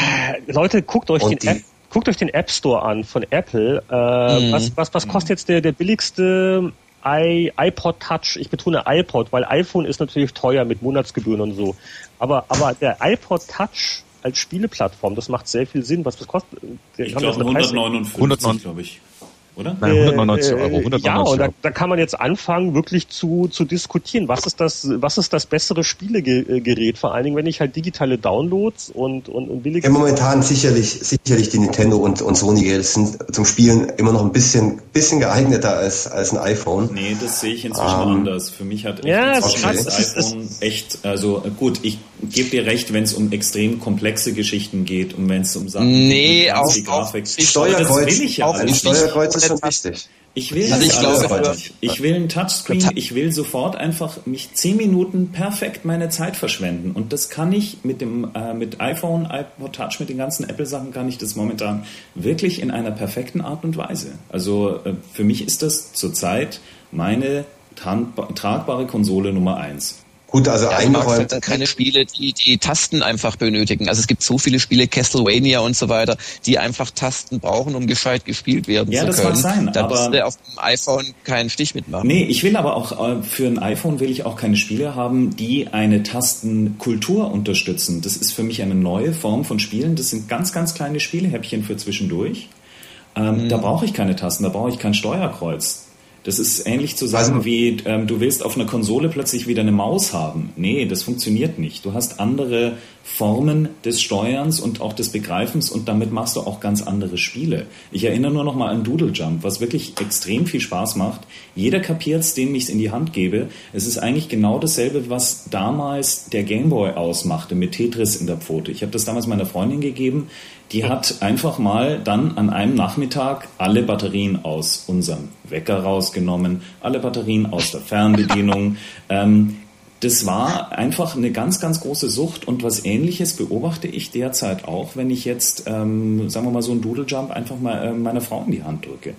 Leute, guckt euch, den die, App, guckt euch den App Store an von Apple. Äh, mhm. Was, was, was kostet jetzt der, der billigste I, iPod Touch? Ich betone iPod, weil iPhone ist natürlich teuer mit Monatsgebühren und so. Aber, aber der iPod Touch als Spieleplattform, das macht sehr viel Sinn. Was, was kostet? Ich glaube hundertneunundfünfzig, glaube ich. Oder? Nein, hundertneunundneunzig Euro. hundertneunundneunzig ja, und da, da kann man jetzt anfangen, wirklich zu, zu diskutieren. Was ist das, was ist das bessere Spielegerät? Vor allen Dingen, wenn ich halt digitale Downloads und, und, und billige. Ja, momentan sicherlich, sicherlich die Nintendo und, und Sony-Geräte sind zum Spielen immer noch ein bisschen, bisschen geeigneter als, als ein iPhone. Nee, das sehe ich inzwischen um, anders. Für mich hat echt ja, das, okay. das iPhone echt, also gut, ich gebe dir recht, wenn es um extrem komplexe Geschichten geht und wenn es um Sachen nee, geht, auch, die Grafik. Auch Steuerkreuz, ich ja auch ein Steuerkreuz ist schon wichtig. Ich will also das ich alles glaube, nicht. Ich will ein Touchscreen, ich will sofort einfach mich zehn Minuten perfekt meine Zeit verschwenden. Und das kann ich mit dem äh, mit iPhone, iPod Touch, mit den ganzen Apple-Sachen kann ich das momentan wirklich in einer perfekten Art und Weise. Also äh, für mich ist das zurzeit meine tragbare Konsole Nummer eins. Gut, also ja, eingeräumt. Halt keine Spiele, die die Tasten einfach benötigen. Also es gibt so viele Spiele, Castlevania und so weiter, die einfach Tasten brauchen, um gescheit gespielt werden ja, zu können. Ja, das mag sein, da aber musst du auf dem iPhone keinen Stich mitmachen. Nee, ich will aber auch, für ein iPhone will ich auch keine Spiele haben, die eine Tastenkultur unterstützen. Das ist für mich eine neue Form von Spielen. Das sind ganz, ganz kleine Spielehäppchen für zwischendurch. Ähm, mhm. Da brauche ich keine Tasten, da brauche ich kein Steuerkreuz. Das ist ähnlich zu sagen also, wie, ähm, du willst auf einer Konsole plötzlich wieder eine Maus haben. Nee, das funktioniert nicht. Du hast andere Formen des Steuerns und auch des Begreifens und damit machst du auch ganz andere Spiele. Ich erinnere nur noch mal an Doodle Jump, was wirklich extrem viel Spaß macht. Jeder kapiert's, dem ich es in die Hand gebe. Es ist eigentlich genau dasselbe, was damals der Gameboy ausmachte mit Tetris in der Pfote. Ich habe das damals meiner Freundin gegeben. Die hat einfach mal dann an einem Nachmittag alle Batterien aus unserem Wecker rausgenommen, alle Batterien aus der Fernbedienung. ähm, das war einfach eine ganz, ganz große Sucht und was Ähnliches beobachte ich derzeit auch, wenn ich jetzt, ähm, sagen wir mal, so einen Doodle Jump einfach mal äh, meiner Frau in die Hand drücke.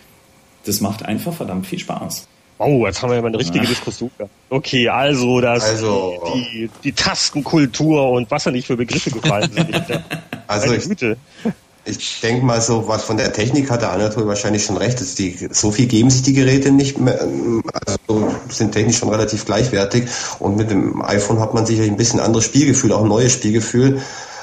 Das macht einfach verdammt viel Spaß. Oh, jetzt haben wir ja mal eine richtige Ach. Diskussion. Okay, also das also, die, die Tastenkultur und was da nicht für Begriffe gefallen sind. Also ich, ich denke mal so, was von der Technik hat der Anatol wahrscheinlich schon recht. Ist die, so viel geben sich die Geräte nicht mehr, also sind technisch schon relativ gleichwertig und mit dem iPhone hat man sicherlich ein bisschen anderes Spielgefühl, auch ein neues Spielgefühl.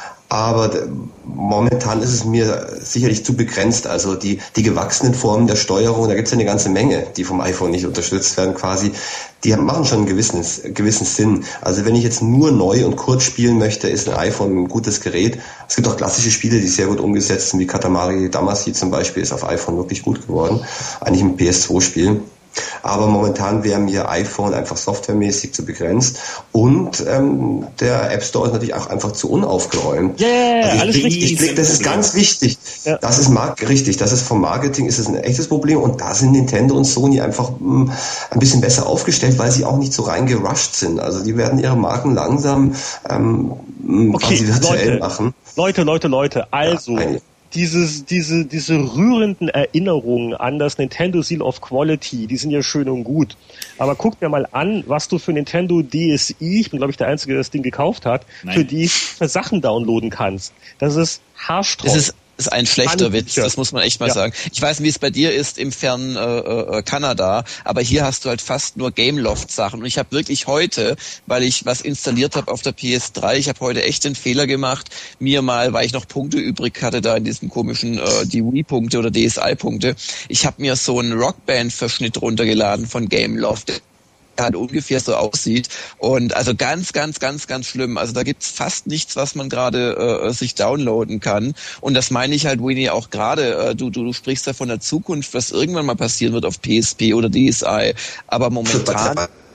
Aber momentan ist es mir sicherlich zu begrenzt. Also die, die gewachsenen Formen der Steuerung, da gibt es ja eine ganze Menge, die vom iPhone nicht unterstützt werden quasi, die machen schon einen gewissen, gewissen Sinn. Also wenn ich jetzt nur neu und kurz spielen möchte, ist ein iPhone ein gutes Gerät. Es gibt auch klassische Spiele, die sehr gut umgesetzt sind, wie Katamari Damacy zum Beispiel, ist auf iPhone wirklich gut geworden. Eigentlich ein P S zwei Spiel. Aber momentan wäre mir iPhone einfach softwaremäßig zu begrenzt und ähm, der App Store ist natürlich auch einfach zu unaufgeräumt. Yeah, also ich alles blick, richtig. Ich blick, das ist ganz wichtig. Ja. Das ist mark- richtig. Das ist vom Marketing ist es ein echtes Problem und da sind Nintendo und Sony einfach mh, ein bisschen besser aufgestellt, weil sie auch nicht so reingerusht sind. Also die werden ihre Marken langsam ähm, okay, quasi virtuell Leute, machen. Leute, Leute, Leute. Also ja, Dieses, diese, diese rührenden Erinnerungen an das Nintendo Seal of Quality, die sind ja schön und gut. Aber guck dir mal an, was du für Nintendo D S i, ich bin glaube ich der Einzige, der das Ding gekauft hat, Nein. für die für Sachen downloaden kannst. Das ist haarsträubend. Das ist ist ein schlechter Witz, das muss man echt mal ja. sagen. Ich weiß nicht, wie es bei dir ist im fernen äh, äh, Kanada, aber hier hast du halt fast nur Gameloft-Sachen. Und ich habe wirklich heute, weil ich was installiert habe auf der P S drei, ich habe heute echt den Fehler gemacht, mir mal, weil ich noch Punkte übrig hatte da in diesem komischen, äh, die Wii-Punkte oder D S I-Punkte, ich habe mir so einen Rockband-Verschnitt runtergeladen von Gameloft. halt ungefähr so aussieht. Und also ganz, ganz, ganz, ganz schlimm. Also da gibt's fast nichts, was man gerade äh, sich downloaden kann. Und das meine ich halt, Winnie, auch gerade. Äh, du, du, du sprichst ja von der Zukunft, was irgendwann mal passieren wird auf P S P oder D S i. Aber momentan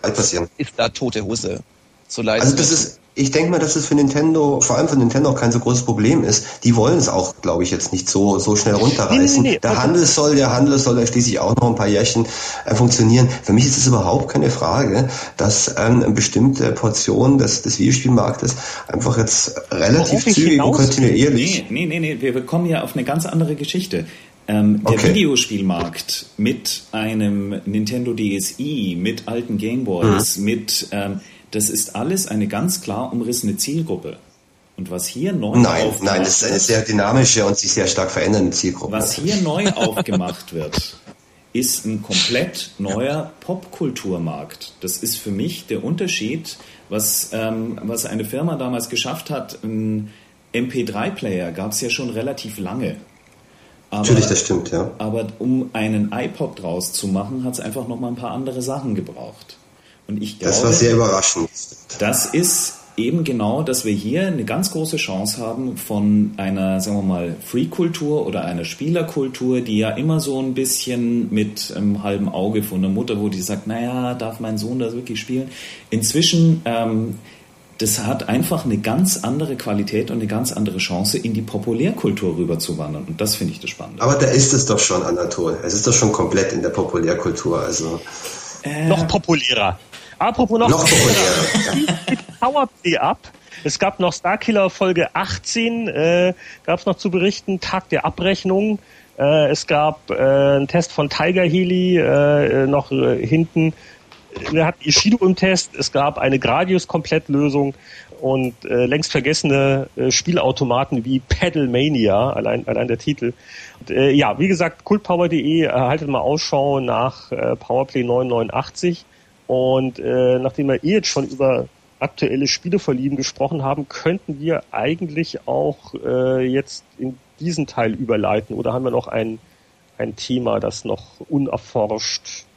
ist da tote Hose. So leid also das ist, ich denke mal, dass es für Nintendo, vor allem für Nintendo auch kein so großes Problem ist. Die wollen es auch, glaube ich, jetzt nicht so so schnell runterreißen. Nee, nee, nee. Der Handel soll, der Handel soll ja schließlich auch noch ein paar Jährchen äh, funktionieren. Für mich ist es überhaupt keine Frage, dass ähm, eine bestimmte Portion des, des Videospielmarktes einfach jetzt relativ zügig und kontinuierlich... Nee, nee, nee, nee, wir kommen ja auf eine ganz andere Geschichte. Ähm, der okay. Videospielmarkt mit einem Nintendo D S i, mit alten Gameboys, mhm. mit... Ähm, das ist alles eine ganz klar umrissene Zielgruppe. Und was hier neu Nein, nein, das ist eine sehr dynamische und sich sehr stark verändernde Zielgruppe. Was hier neu aufgemacht wird, ist ein komplett neuer Popkulturmarkt. Das ist für mich der Unterschied, was, ähm, was eine Firma damals geschafft hat. Ein M P drei Player gab es ja schon relativ lange. Aber, Natürlich, das stimmt, ja. Aber um einen iPod draus zu machen, hat es einfach noch mal ein paar andere Sachen gebraucht. Und ich glaube, das war sehr überraschend. Das ist eben genau, dass wir hier eine ganz große Chance haben von einer, sagen wir mal, Free-Kultur oder einer Spielerkultur, die ja immer so ein bisschen mit einem halben Auge von der Mutter, wo die sagt, naja, darf mein Sohn das wirklich spielen? Inzwischen, ähm, das hat einfach eine ganz andere Qualität und eine ganz andere Chance, in die Populärkultur rüberzuwandern. Und das finde ich das Spannende. Aber da ist es doch schon, Anatol. Es ist doch schon komplett in der Populärkultur, also... Äh, noch populärer. Apropos noch, noch populärer. Powerplay ab. Es gab noch Starkiller Folge achtzehn, äh, gab es noch zu berichten, Tag der Abrechnung. Äh, es gab äh, einen Test von Tiger Healy, äh, noch äh, hinten. Wir hatten Ishido im Test. Es gab eine Gradius-Komplettlösung und äh, längst vergessene äh, Spielautomaten wie Pedalmania, allein, allein der Titel. Und, äh, ja, wie gesagt, kultpower punkt de, äh, haltet mal Ausschau nach äh, Powerplay neunhundertneunundachtzig. Und äh, nachdem wir eh jetzt schon über aktuelle Spielevorlieben gesprochen haben, könnten wir eigentlich auch äh, jetzt in diesen Teil überleiten. Oder haben wir noch ein, ein Thema, das noch unerforscht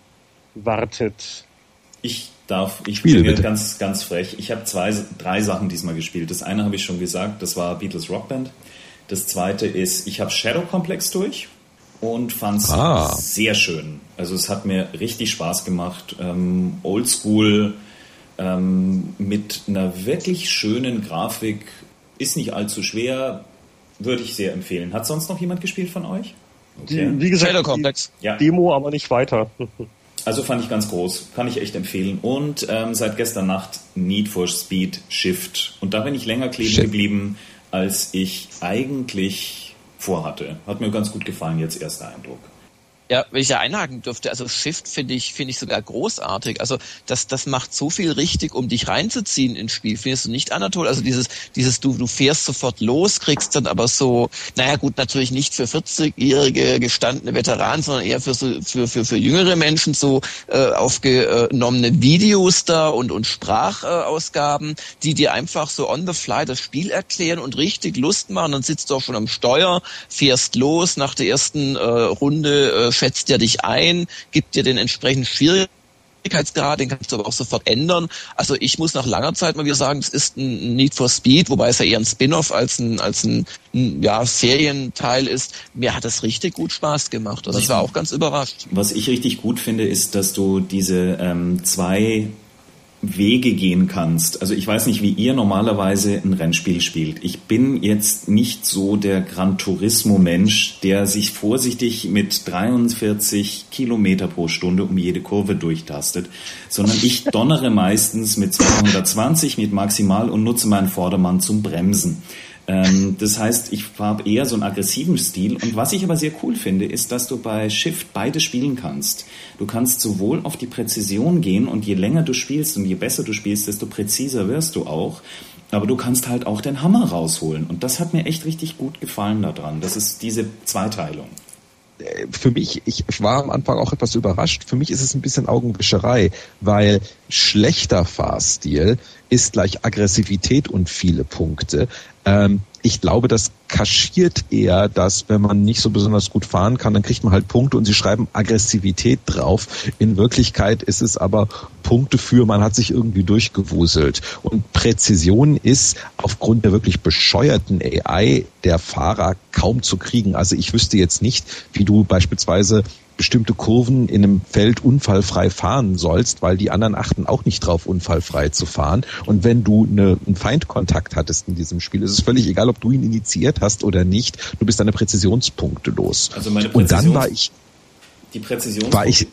wartet? Ich darf, ich bin hier ganz, ganz frech. Ich habe zwei, drei Sachen diesmal gespielt. Das eine habe ich schon gesagt, das war Beatles Rockband. Das zweite ist, ich habe Shadow Complex durch und fand es ah. sehr schön. Also es hat mir richtig Spaß gemacht. Ähm, Oldschool, ähm, mit einer wirklich schönen Grafik, ist nicht allzu schwer, würde ich sehr empfehlen. Hat sonst noch jemand gespielt von euch? Okay. Die, wie gesagt, Shadow Complex. Ja. Demo, aber nicht weiter. Also fand ich ganz groß, kann ich echt empfehlen. Und ähm, seit gestern Nacht Need for Speed Shift. Und da bin ich länger kleben Shit. geblieben, als ich eigentlich vorhatte. Hat mir ganz gut gefallen, jetzt erster Eindruck. Ja, wenn ich ja einhaken dürfte, also Shift finde ich finde ich sogar großartig. Also das das macht so viel richtig, um dich reinzuziehen ins Spiel. Findest du nicht, Anatol? Also dieses dieses du du fährst sofort los, kriegst dann aber so, naja gut, natürlich nicht für vierzigjährige gestandene Veteranen, sondern eher für so für für für jüngere Menschen so äh, aufgenommene Videos da und und Sprachausgaben, die dir einfach so on the fly das Spiel erklären und richtig Lust machen. Dann sitzt du auch schon am Steuer, fährst los nach der ersten äh, Runde. Äh, schätzt er dich ein, gibt dir den entsprechenden Schwierigkeitsgrad, den kannst du aber auch sofort ändern. Also ich muss nach langer Zeit mal wieder sagen, es ist ein Need for Speed, wobei es ja eher ein Spin-off als ein, als ein, ein ja, Serienteil ist. Mir hat das richtig gut Spaß gemacht. Also ich war auch ganz überrascht. Was ich richtig gut finde, ist, dass du diese ähm, zwei Wege gehen kannst. Also ich weiß nicht, wie ihr normalerweise ein Rennspiel spielt. Ich bin jetzt nicht so der Gran Turismo-Mensch, der sich vorsichtig mit dreiundvierzig Kilometer pro Stunde um jede Kurve durchtastet, sondern ich donnere meistens mit zweihundertzwanzig mit Maximal und nutze meinen Vordermann zum Bremsen. Das heißt, ich habe eher so einen aggressiven Stil. Und was ich aber sehr cool finde, ist, dass du bei Shift beides spielen kannst. Du kannst sowohl auf die Präzision gehen und je länger du spielst und je besser du spielst, desto präziser wirst du auch. Aber du kannst halt auch den Hammer rausholen. Und das hat mir echt richtig gut gefallen daran. Das ist diese Zweiteilung. Für mich, ich war am Anfang auch etwas überrascht, für mich ist es ein bisschen Augenwischerei, weil schlechter Fahrstil ist gleich Aggressivität und viele Punkte. Ähm, ich glaube, das kaschiert eher, dass wenn man nicht so besonders gut fahren kann, dann kriegt man halt Punkte und sie schreiben Aggressivität drauf. In Wirklichkeit ist es aber Punkte für, man hat sich irgendwie durchgewuselt. Und Präzision ist aufgrund der wirklich bescheuerten A I der Fahrer kaum zu kriegen. Also ich wüsste jetzt nicht, wie du beispielsweise bestimmte Kurven in einem Feld unfallfrei fahren sollst, weil die anderen achten auch nicht drauf, unfallfrei zu fahren. Und wenn du eine, einen Feindkontakt hattest in diesem Spiel, ist es völlig egal, ob du ihn initiiert hast oder nicht. Du bist deine Präzisionspunkte los. Also meine Präzisions- Und dann war ich, die Präzision war ich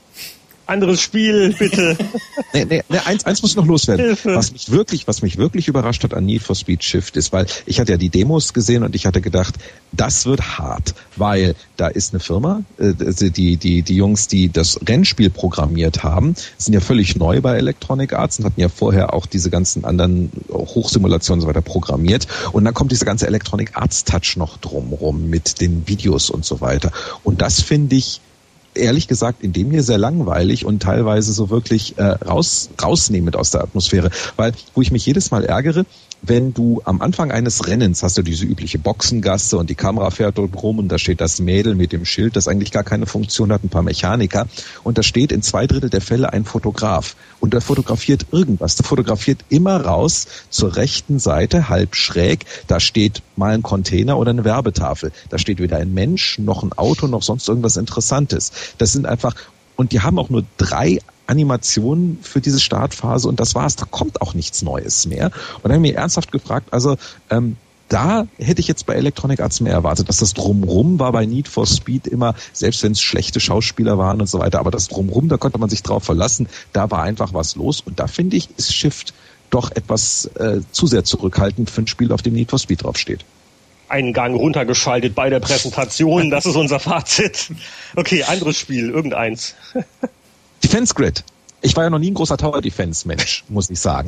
Anderes Spiel, bitte. nee, nee, nee, eins, eins muss ich noch loswerden. Hilfe. Was mich wirklich, was mich wirklich überrascht hat an Need for Speed Shift ist, weil ich hatte ja die Demos gesehen und ich hatte gedacht, das wird hart, weil da ist eine Firma, äh, die, die, die Jungs, die das Rennspiel programmiert haben, sind ja völlig neu bei Electronic Arts und hatten ja vorher auch diese ganzen anderen Hochsimulationen und so weiter programmiert. Und dann kommt dieser ganze Electronic Arts Touch noch drumrum mit den Videos und so weiter. Und das finde ich ehrlich gesagt in dem hier sehr langweilig und teilweise so wirklich äh, raus, rausnehmend aus der Atmosphäre. Weil, wo ich mich jedes Mal ärgere, wenn du am Anfang eines Rennens hast du diese übliche Boxengasse und die Kamera fährt dort rum und da steht das Mädel mit dem Schild, das eigentlich gar keine Funktion hat, ein paar Mechaniker und da steht in zwei Drittel der Fälle ein Fotograf und der fotografiert irgendwas. Der fotografiert immer raus zur rechten Seite, halb schräg, da steht mal ein Container oder eine Werbetafel. Da steht weder ein Mensch, noch ein Auto, noch sonst irgendwas Interessantes. Das sind einfach, und die haben auch nur drei Animationen für diese Startphase und das war's. Da kommt auch nichts Neues mehr. Und dann habe ich mir ernsthaft gefragt, also ähm, da hätte ich jetzt bei Electronic Arts mehr erwartet, dass das Drumrum war bei Need for Speed immer, selbst wenn es schlechte Schauspieler waren und so weiter, aber das Drumrum, da konnte man sich drauf verlassen, da war einfach was los und da finde ich, ist Shift doch etwas äh, zu sehr zurückhaltend für ein Spiel, auf dem Need for Speed draufsteht. Einen Gang runtergeschaltet bei der Präsentation, das ist unser Fazit. Okay, anderes Spiel, irgendeins. Defense Grid. Ich war ja noch nie ein großer Tower-Defense-Mensch, muss ich sagen.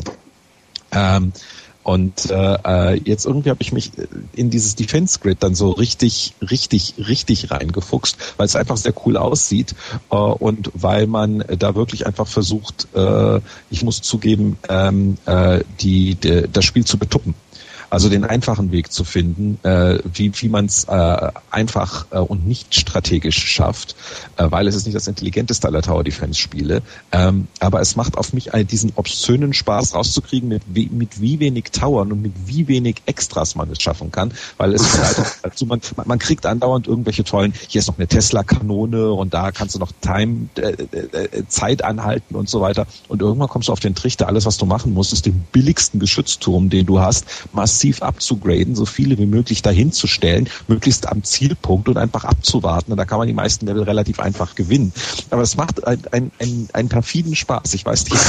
Ähm, und äh, jetzt irgendwie habe ich mich in dieses Defense Grid dann so richtig, richtig, richtig reingefuchst, weil es einfach sehr cool aussieht äh, und weil man da wirklich einfach versucht, äh, ich muss zugeben, ähm, äh, die, die das Spiel zu betuppen. Also den einfachen Weg zu finden, äh, wie, wie man es äh, einfach äh, und nicht strategisch schafft, äh, weil es ist nicht das intelligenteste aller Tower-Defense-Spiele, ähm, aber es macht auf mich einen, diesen obszönen Spaß rauszukriegen, mit wie, mit wie wenig Towern und mit wie wenig Extras man es schaffen kann, weil es verleitet dazu, man, man kriegt andauernd irgendwelche tollen, hier ist noch eine Tesla-Kanone und da kannst du noch Time, äh, äh, Zeit anhalten und so weiter und irgendwann kommst du auf den Trichter, alles was du machen musst, ist den billigsten Geschützturm, den du hast, massiv abzugraden, so viele wie möglich dahin zu stellen, möglichst am Zielpunkt und einfach abzuwarten. Und da kann man die meisten Level relativ einfach gewinnen. Aber es macht einen ein, ein, ein perfiden Spaß. Ich weiß nicht.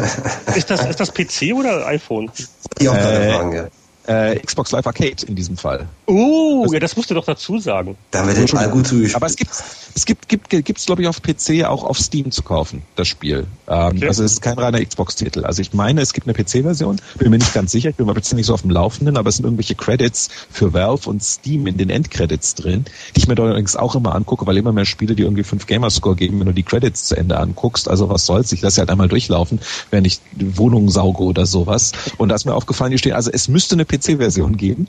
Ist das, ist das P C oder iPhone? Die auch äh, Fragen, ja. Äh, Xbox Live Arcade in diesem Fall. Oh, ja, das musst du doch dazu sagen. Da wird den Ball gut zugespielt. Aber es gibt es gibt gibt gibt's glaube ich auf P C auch auf Steam zu kaufen, das Spiel. Ähm, okay. Also es ist kein reiner Xbox-Titel. Also ich meine, es gibt eine P C-Version, bin mir nicht ganz sicher, ich bin mal jetzt nicht so auf dem Laufenden, aber es sind irgendwelche Credits für Valve und Steam in den Endcredits drin, die ich mir allerdings auch immer angucke, weil immer mehr Spiele, die irgendwie fünf Gamerscore geben, wenn du die Credits zu Ende anguckst. Also was soll's, ich lasse sie halt einmal durchlaufen, während ich Wohnungen sauge oder sowas. Und da ist mir aufgefallen, hier steht, also es müsste eine P C-Version geben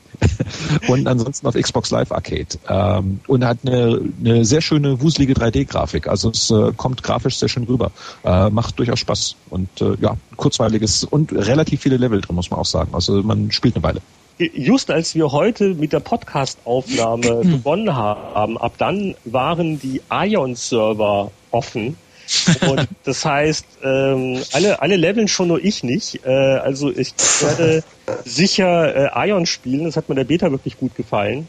und ansonsten auf Xbox Live Arcade. Ähm, und hat eine, eine sehr schöne, wuselige drei D-Grafik. Also es äh, kommt grafisch sehr schön rüber. Äh, macht durchaus Spaß. Und äh, ja, kurzweiliges und relativ viele Level drin, muss man auch sagen. Also man spielt eine Weile. Just als wir heute mit der Podcast-Aufnahme begonnen haben, ab dann waren die Ion-Server offen. Und das heißt, ähm, alle, alle leveln schon, nur ich nicht. Äh, also ich werde sicher äh, Ion spielen. Das hat mir der Beta wirklich gut gefallen.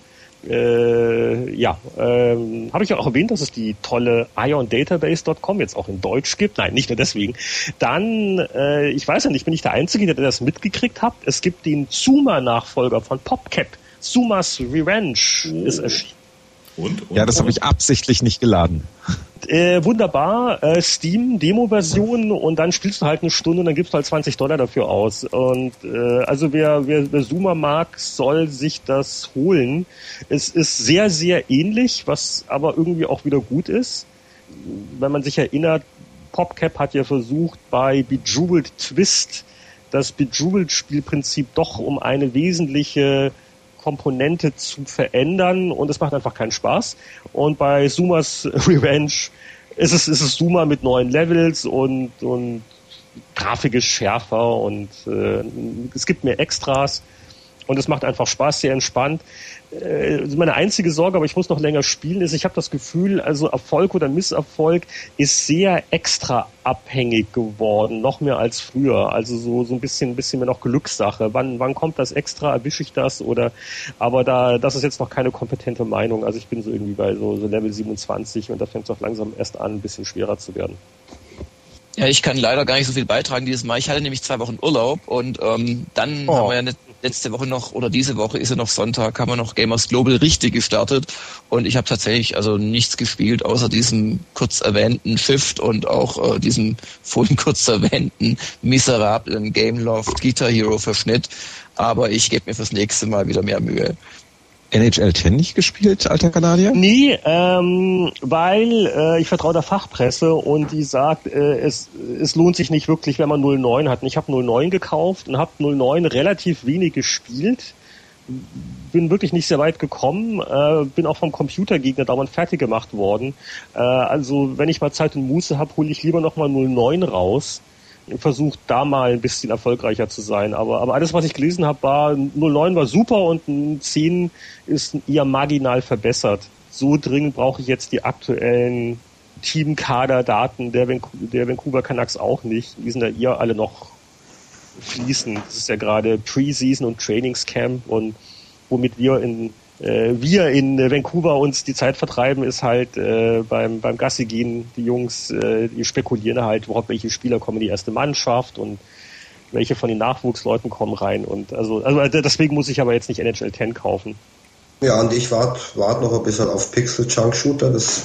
Äh, ja, ähm, habe ich ja auch erwähnt, dass es die tolle ion database Punkt com jetzt auch in Deutsch gibt. Nein, nicht nur deswegen. Dann, äh, ich weiß ja nicht, bin ich der Einzige, der das mitgekriegt hat. Es gibt den Zuma-Nachfolger von PopCap. Zumas Revenge oh. ist erschienen. Und, und, ja, das habe ich absichtlich nicht geladen. Äh, wunderbar, äh, Steam Demo-Version und dann spielst du halt eine Stunde und dann gibst du halt zwanzig Dollar dafür aus. Und äh, also wer, wer, wer Zuma mag, soll sich das holen. Es ist sehr, sehr ähnlich, was aber irgendwie auch wieder gut ist. Wenn man sich erinnert, PopCap hat ja versucht, bei Bejeweled Twist das Bejeweled-Spielprinzip doch um eine wesentliche Komponente zu verändern und es macht einfach keinen Spaß. Und bei Sumas Revenge ist es, ist es Suma mit neuen Levels und, und Grafik ist schärfer und äh, es gibt mehr Extras und es macht einfach Spaß, sehr entspannt. Äh, meine einzige Sorge, aber ich muss noch länger spielen, ist, ich habe das Gefühl, also Erfolg oder Misserfolg ist sehr extra abhängig geworden, noch mehr als früher. Also so so ein bisschen ein bisschen mehr noch Glückssache. Wann wann kommt das extra? Erwische ich das oder? Aber da das ist jetzt noch keine kompetente Meinung. Also ich bin so irgendwie bei so, so Level siebenundzwanzig und da fängt es auch langsam erst an, ein bisschen schwerer zu werden. Ja, ich kann leider gar nicht so viel beitragen dieses Mal. Ich hatte nämlich zwei Wochen Urlaub und ähm, dann oh. haben wir ja nicht, letzte Woche noch, oder diese Woche ist ja noch Sonntag, haben wir noch Gamers Global richtig gestartet und ich habe tatsächlich also nichts gespielt, außer diesem kurz erwähnten Shift und auch äh, diesem vorhin kurz erwähnten miserablen Gameloft Guitar Hero Verschnitt, aber ich gebe mir fürs nächste Mal wieder mehr Mühe. N H L zehn nicht gespielt, alter Kanadier? Nee, ähm, weil äh, ich vertraue der Fachpresse und die sagt, äh, es, es lohnt sich nicht wirklich, wenn man null neun hat. Und ich habe null neun gekauft und habe null neun relativ wenig gespielt. Bin wirklich nicht sehr weit gekommen, äh, bin auch vom Computergegner dauernd fertig gemacht worden. Äh, also wenn ich mal Zeit und Muße habe, hole ich lieber nochmal null neun raus. Versucht da mal ein bisschen erfolgreicher zu sein. Aber, aber alles, was ich gelesen habe, war null neun war super und ein zehn ist eher marginal verbessert. So dringend brauche ich jetzt die aktuellen Teamkaderdaten der, Vancouver, der Vancouver Canucks auch nicht. Die sind ja eher alle noch fließend. Das ist ja gerade Preseason und Trainingscamp und womit wir in wir in Vancouver uns die Zeit vertreiben, ist halt äh, beim beim Gassi gehen, die Jungs, äh, die spekulieren halt, überhaupt welche Spieler kommen in die erste Mannschaft und welche von den Nachwuchsleuten kommen rein und also also deswegen muss ich aber jetzt nicht N H L zehn kaufen. Ja, und ich warte wart noch ein bisschen auf Pixel Junk Shooter, das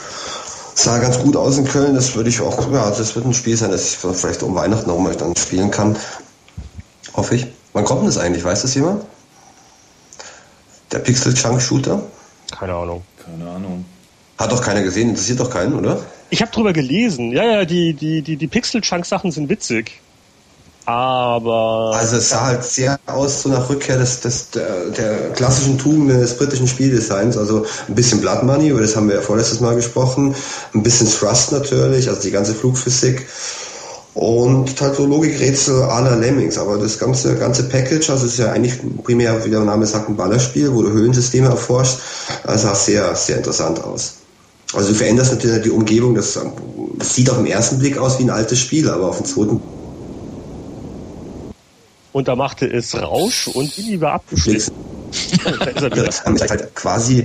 sah ganz gut aus in Köln, das würde ich auch, ja, das wird ein Spiel sein, das ich vielleicht um Weihnachten auch mal dann spielen kann, hoffe ich. Wann kommt denn das eigentlich, weiß das jemand? Der Pixel-Chunk-Shooter? Keine Ahnung. Keine Ahnung. Hat doch keiner gesehen, interessiert doch keinen, oder? Ich habe drüber gelesen. Ja, ja, die, die, die, die Pixel-Chunk-Sachen sind witzig. Aber... Also es sah halt sehr aus, so nach Rückkehr des, des, der, der klassischen Tugenden des britischen Spieldesigns. Also ein bisschen Blood Money, über das haben wir ja vorletztes Mal gesprochen. Ein bisschen Thrust natürlich, also die ganze Flugphysik. Und halt so Logikrätsel à la Lemmings, aber das ganze ganze Package, also es ist ja eigentlich primär, wie der Name sagt, ein Ballerspiel, wo du Höhlensysteme erforscht, das sah sehr, sehr interessant aus. Also du veränderst natürlich die Umgebung, das, das sieht auf den ersten Blick aus wie ein altes Spiel, aber auf den zweiten... Und da machte es Rausch und Willi war abgeschnitten. Haben sich halt quasi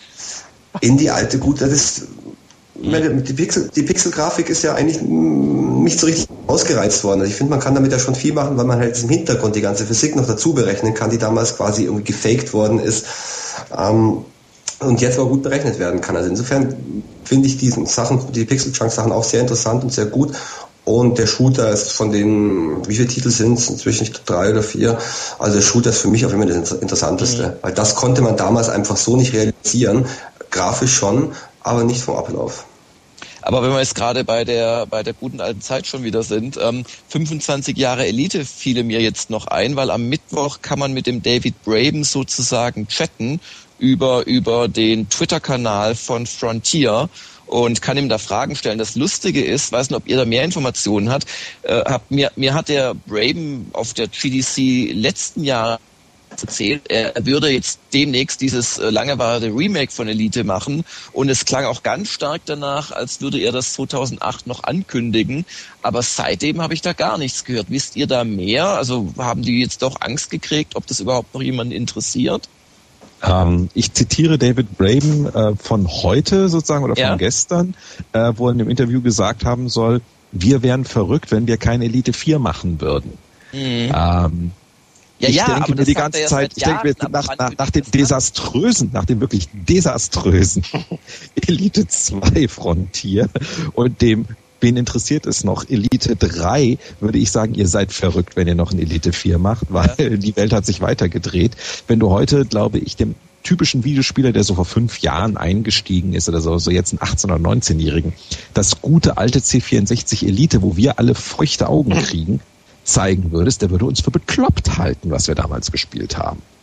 in die alte gute, das... Die, Pixel, die Pixel-Grafik ist ja eigentlich nicht so richtig ausgereizt worden. Also ich finde, man kann damit ja schon viel machen, weil man halt im Hintergrund die ganze Physik noch dazu berechnen kann, die damals quasi irgendwie gefaked worden ist ähm, und jetzt auch gut berechnet werden kann. Also insofern finde ich diesen Sachen, die Pixel-Chunk-Sachen auch sehr interessant und sehr gut. Und der Shooter ist von den, wie viele Titel sind es? Inzwischen drei oder vier. Also der Shooter ist für mich auf jeden Fall das Interessanteste. Mhm. Weil das konnte man damals einfach so nicht realisieren. Grafisch schon, aber nicht vom Ablauf. Aber wenn wir jetzt gerade bei der bei der guten alten Zeit schon wieder sind, ähm, fünfundzwanzig Jahre Elite fiele mir jetzt noch ein, weil am Mittwoch kann man mit dem David Braben sozusagen chatten über über den Twitter-Kanal von Frontier und kann ihm da Fragen stellen. Das Lustige ist, weiß nicht, ob ihr da mehr Informationen habt, äh, habt mir mir hat der Braben auf der G D C letzten Jahr erzählt, er würde jetzt demnächst dieses äh, lange erwartete Remake von Elite machen und es klang auch ganz stark danach, als würde er das zweitausendacht noch ankündigen, aber seitdem habe ich da gar nichts gehört. Wisst ihr da mehr? Also haben die jetzt doch Angst gekriegt, ob das überhaupt noch jemanden interessiert? Ähm, ich zitiere David Braben äh, von heute sozusagen oder von ja? gestern, äh, wo er in dem Interview gesagt haben soll, wir wären verrückt, wenn wir kein Elite vier machen würden. Mhm. Ähm, Ja, ich ja, denke mir die ganze Zeit, ich denke mir nach, nach, nach dem desaströsen, nach dem wirklich desaströsen Elite zwei Frontier und dem, wen interessiert es noch, Elite drei, würde ich sagen, ihr seid verrückt, wenn ihr noch ein Elite vier macht, weil ja. die Welt hat sich weitergedreht. Wenn du heute, glaube ich, dem typischen Videospieler, der so vor fünf Jahren eingestiegen ist oder so, so jetzt einen achtzehn- oder neunzehnjährigen, das gute alte C vierundsechzig Elite, wo wir alle feuchte Augen kriegen, zeigen würdest, der würde uns für bekloppt halten, was wir damals gespielt haben.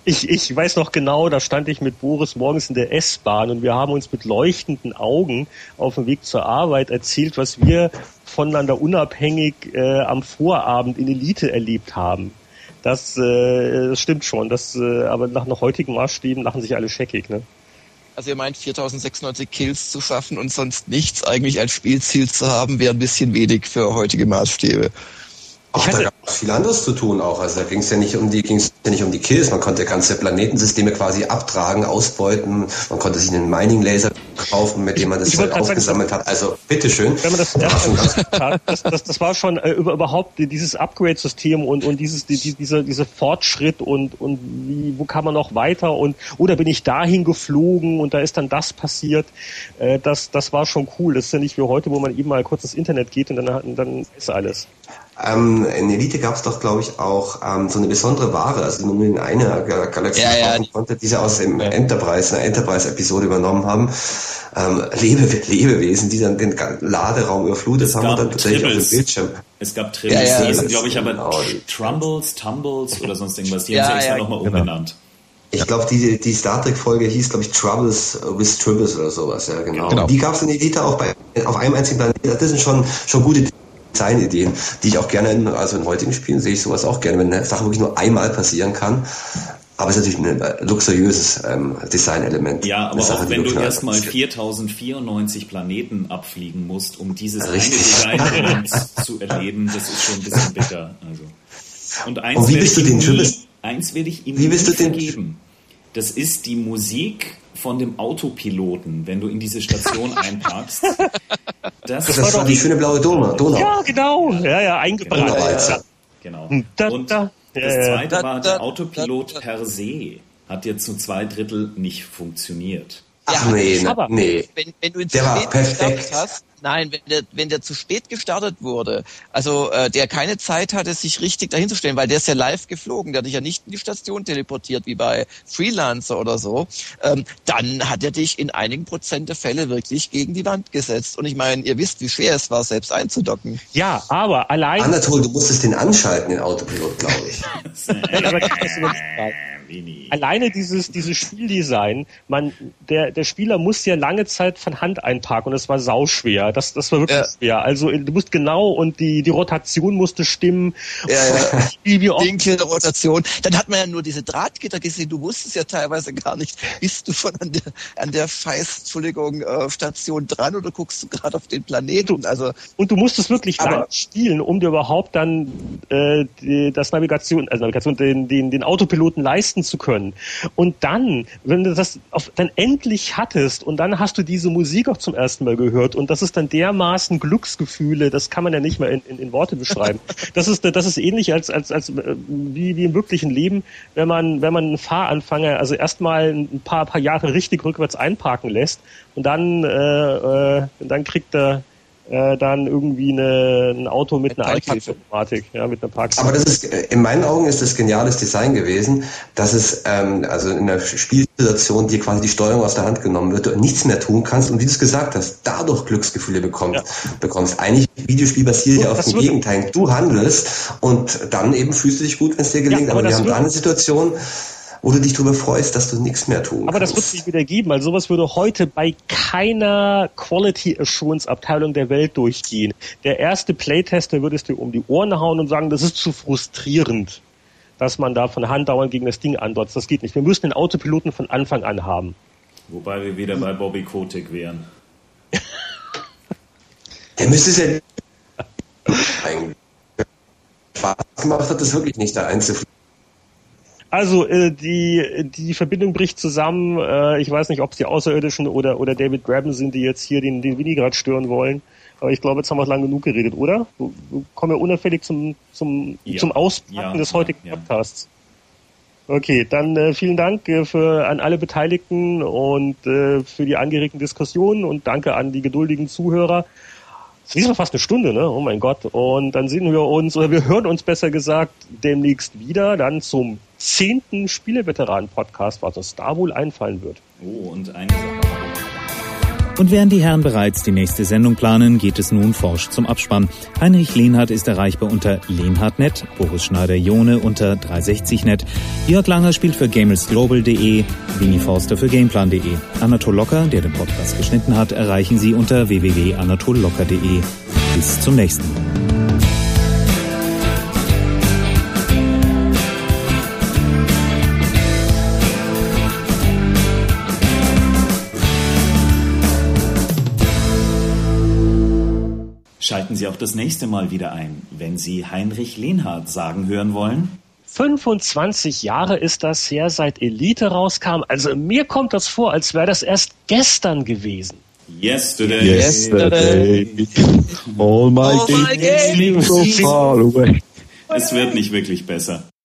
Ich, ich weiß noch genau, da stand ich mit Boris morgens in der S-Bahn und wir haben uns mit leuchtenden Augen auf dem Weg zur Arbeit erzählt, was wir voneinander unabhängig äh, am Vorabend in Elite erlebt haben. Das, äh, das stimmt schon, das, äh, aber nach, nach heutigen Maßstäben lachen sich alle scheckig, ne? Also ihr meint, viertausendsechsundneunzig Kills zu schaffen und sonst nichts eigentlich als Spielziel zu haben, wäre ein bisschen wenig für heutige Maßstäbe. Ach, da gab es viel anderes zu tun auch. Also da ging es ja nicht um die, ging es ja nicht um die Kills. Man konnte ganze Planetensysteme quasi abtragen, ausbeuten. Man konnte sich einen Mining-Laser kaufen, mit dem man das halt aufgesammelt hat. Also bitteschön. Wenn man das, das, das, das, das war schon äh, überhaupt dieses Upgrade-System und und dieses die, die, dieser dieser Fortschritt und und wie wo kann man noch weiter und oder bin ich dahin geflogen und da ist dann das passiert. Äh, das das war schon cool. Das ist ja nicht wie heute, wo man eben mal kurz ins Internet geht und dann dann ist alles. Ähm, in Elite gab es doch, glaube ich, auch ähm, so eine besondere Ware, also die man nur in einer Galaxie ja, kaufen ja. konnte, die sie aus dem ja. Enterprise, einer Enterprise-Episode übernommen haben. Ähm, Lebe, Lebewesen, die dann den Laderaum überflutet haben und dann tatsächlich auf dem Bildschirm. Es gab Tribbles, ja, ja, die hießen, glaube ich, aber genau. Trumbles, Tumbles oder sonst irgendwas. Die ja, haben sie extra ja, nochmal genau. umbenannt. Ich glaube, die, die Star Trek-Folge hieß, glaube ich, Troubles with Tribbles oder sowas. Ja, genau. genau. Die gab es in Elite auch bei, auf einem einzigen Planeten. Das sind schon, schon gute Designideen, die ich auch gerne in, also in heutigen Spielen sehe ich sowas auch gerne, wenn eine Sache wirklich nur einmal passieren kann. Aber es ist natürlich ein luxuriöses ähm, Designelement. Ja, aber Sache, auch wenn du erstmal viertausendvierundneunzig Planeten abfliegen musst, um dieses Richtig. eine Designelement zu erleben, das ist schon ein bisschen bitter. Also. Und eins Und wie bist du den nie, eins will ich ihm wie bist nie du den vergeben. Das ist die Musik von dem Autopiloten, wenn du in diese Station einparkst. Das, das war doch die schöne blaue Donau. Donau. Ja, genau. Ja, ja, eingebrannt. Ja. Genau. Und das zweite war, der Autopilot per se hat jetzt zu zwei Drittel nicht funktioniert. Ach nee, aber nee. Wenn, wenn du ihn der zu war spät perfekt. gestartet hast, nein, wenn der, wenn der zu spät gestartet wurde, also äh, der keine Zeit hatte, sich richtig dahinzustellen, weil der ist ja live geflogen, der hat dich ja nicht in die Station teleportiert, wie bei Freelancer oder so, ähm, dann hat er dich in einigen Prozent der Fälle wirklich gegen die Wand gesetzt. Und ich meine, ihr wisst, wie schwer es war, selbst einzudocken. Ja, aber allein... Anatol, du musstest den anschalten, den Autopilot, glaube ich. Alleine dieses, dieses Spieldesign, man, der, der Spieler muss ja lange Zeit von Hand einparken und das war sauschwer. Das, das war wirklich ja. schwer. Also, du musst genau und die, die Rotation musste stimmen. Ja, ja. Wie, wie oft? Winkel, Rotation. Dann hat man ja nur diese Drahtgitter gesehen. Du wusstest ja teilweise gar nicht, bist du schon an der, an der Scheiß, Entschuldigung, äh, Station dran oder guckst du gerade auf den Planeten? Also, und du musstest wirklich lang spielen, um dir überhaupt dann, äh, die, das Navigation, also Navigation, den, den, den Autopiloten leisten zu können. Und dann, wenn du das auf, dann endlich hattest und dann hast du diese Musik auch zum ersten Mal gehört und das ist dann dermaßen Glücksgefühle, das kann man ja nicht mehr in, in, in Worte beschreiben. Das ist, das ist ähnlich als, als, als, wie, wie im wirklichen Leben, wenn man, wenn man einen Fahranfänger, also erstmal ein paar, paar Jahre richtig rückwärts einparken lässt und dann, äh, äh, dann kriegt er Äh, dann irgendwie eine, ein Auto mit einer Einparkautomatik, ja, mit einer Park. Aber das ist, in meinen Augen ist das geniales Design gewesen, dass es, ähm, also in einer Spielsituation dir quasi die Steuerung aus der Hand genommen wird, du nichts mehr tun kannst und wie du es gesagt hast, dadurch Glücksgefühle bekommst. Ja. bekommst. Eigentlich, Videospiel basiert ja auf dem Gegenteil. Du handelst und dann eben fühlst du dich gut, wenn es dir gelingt. Ja, aber, aber wir haben da eine Situation, wo du dich darüber freust, dass du nichts mehr tun Aber kannst. das wird es nicht wieder geben, weil sowas würde heute bei keiner Quality Assurance Abteilung der Welt durchgehen. Der erste Playtester würde es dir um die Ohren hauen und sagen, das ist zu frustrierend, dass man da von Hand dauernd gegen das Ding andotzt. Das geht nicht. Wir müssen den Autopiloten von Anfang an haben. Wobei wir wieder bei Bobby Kotick wären. Der müsste es ja eigentlich Spaß gemacht hat, das wirklich nicht da einzufliegen. Also äh, die die Verbindung bricht zusammen. Äh, ich weiß nicht, ob es die Außerirdischen oder oder David Graben sind, die jetzt hier den den Winnie gerade stören wollen. Aber ich glaube, jetzt haben wir lang genug geredet, oder? Wir kommen ja unauffällig zum zum ja. zum Auspacken ja, des heutigen ja, ja. Podcasts. Okay, dann äh, vielen Dank äh, für an alle Beteiligten und äh, für die angeregten Diskussionen und danke an die geduldigen Zuhörer. Das ist diesmal fast eine Stunde, ne? Oh mein Gott. Und dann sehen wir uns, oder wir hören uns besser gesagt, demnächst wieder, dann zum zehnten Spieleveteranen-Podcast, was uns da wohl einfallen wird. Oh, und eine Sache. Und während die Herren bereits die nächste Sendung planen, geht es nun forsch zum Abspann. Heinrich Lehnhardt ist erreichbar unter lehnhardt punkt net, Boris Schneider-Jone unter dreihundertsechzig punkt net, Jörg Langer spielt für gamelsglobal punkt de, Winnie Forster für gameplan punkt de. Anatol Locker, der den Podcast geschnitten hat, erreichen Sie unter w w w punkt anatol locker punkt de. Bis zum nächsten Mal. Schalten Sie auch das nächste Mal wieder ein, wenn Sie Heinrich Lehnhardt sagen hören wollen. fünfundzwanzig Jahre ist das her, seit Elite rauskam. Also mir kommt das vor, als wäre das erst gestern gewesen. Yesterday. Yesterday. All my, All my days seem so far away. Es wird nicht wirklich besser.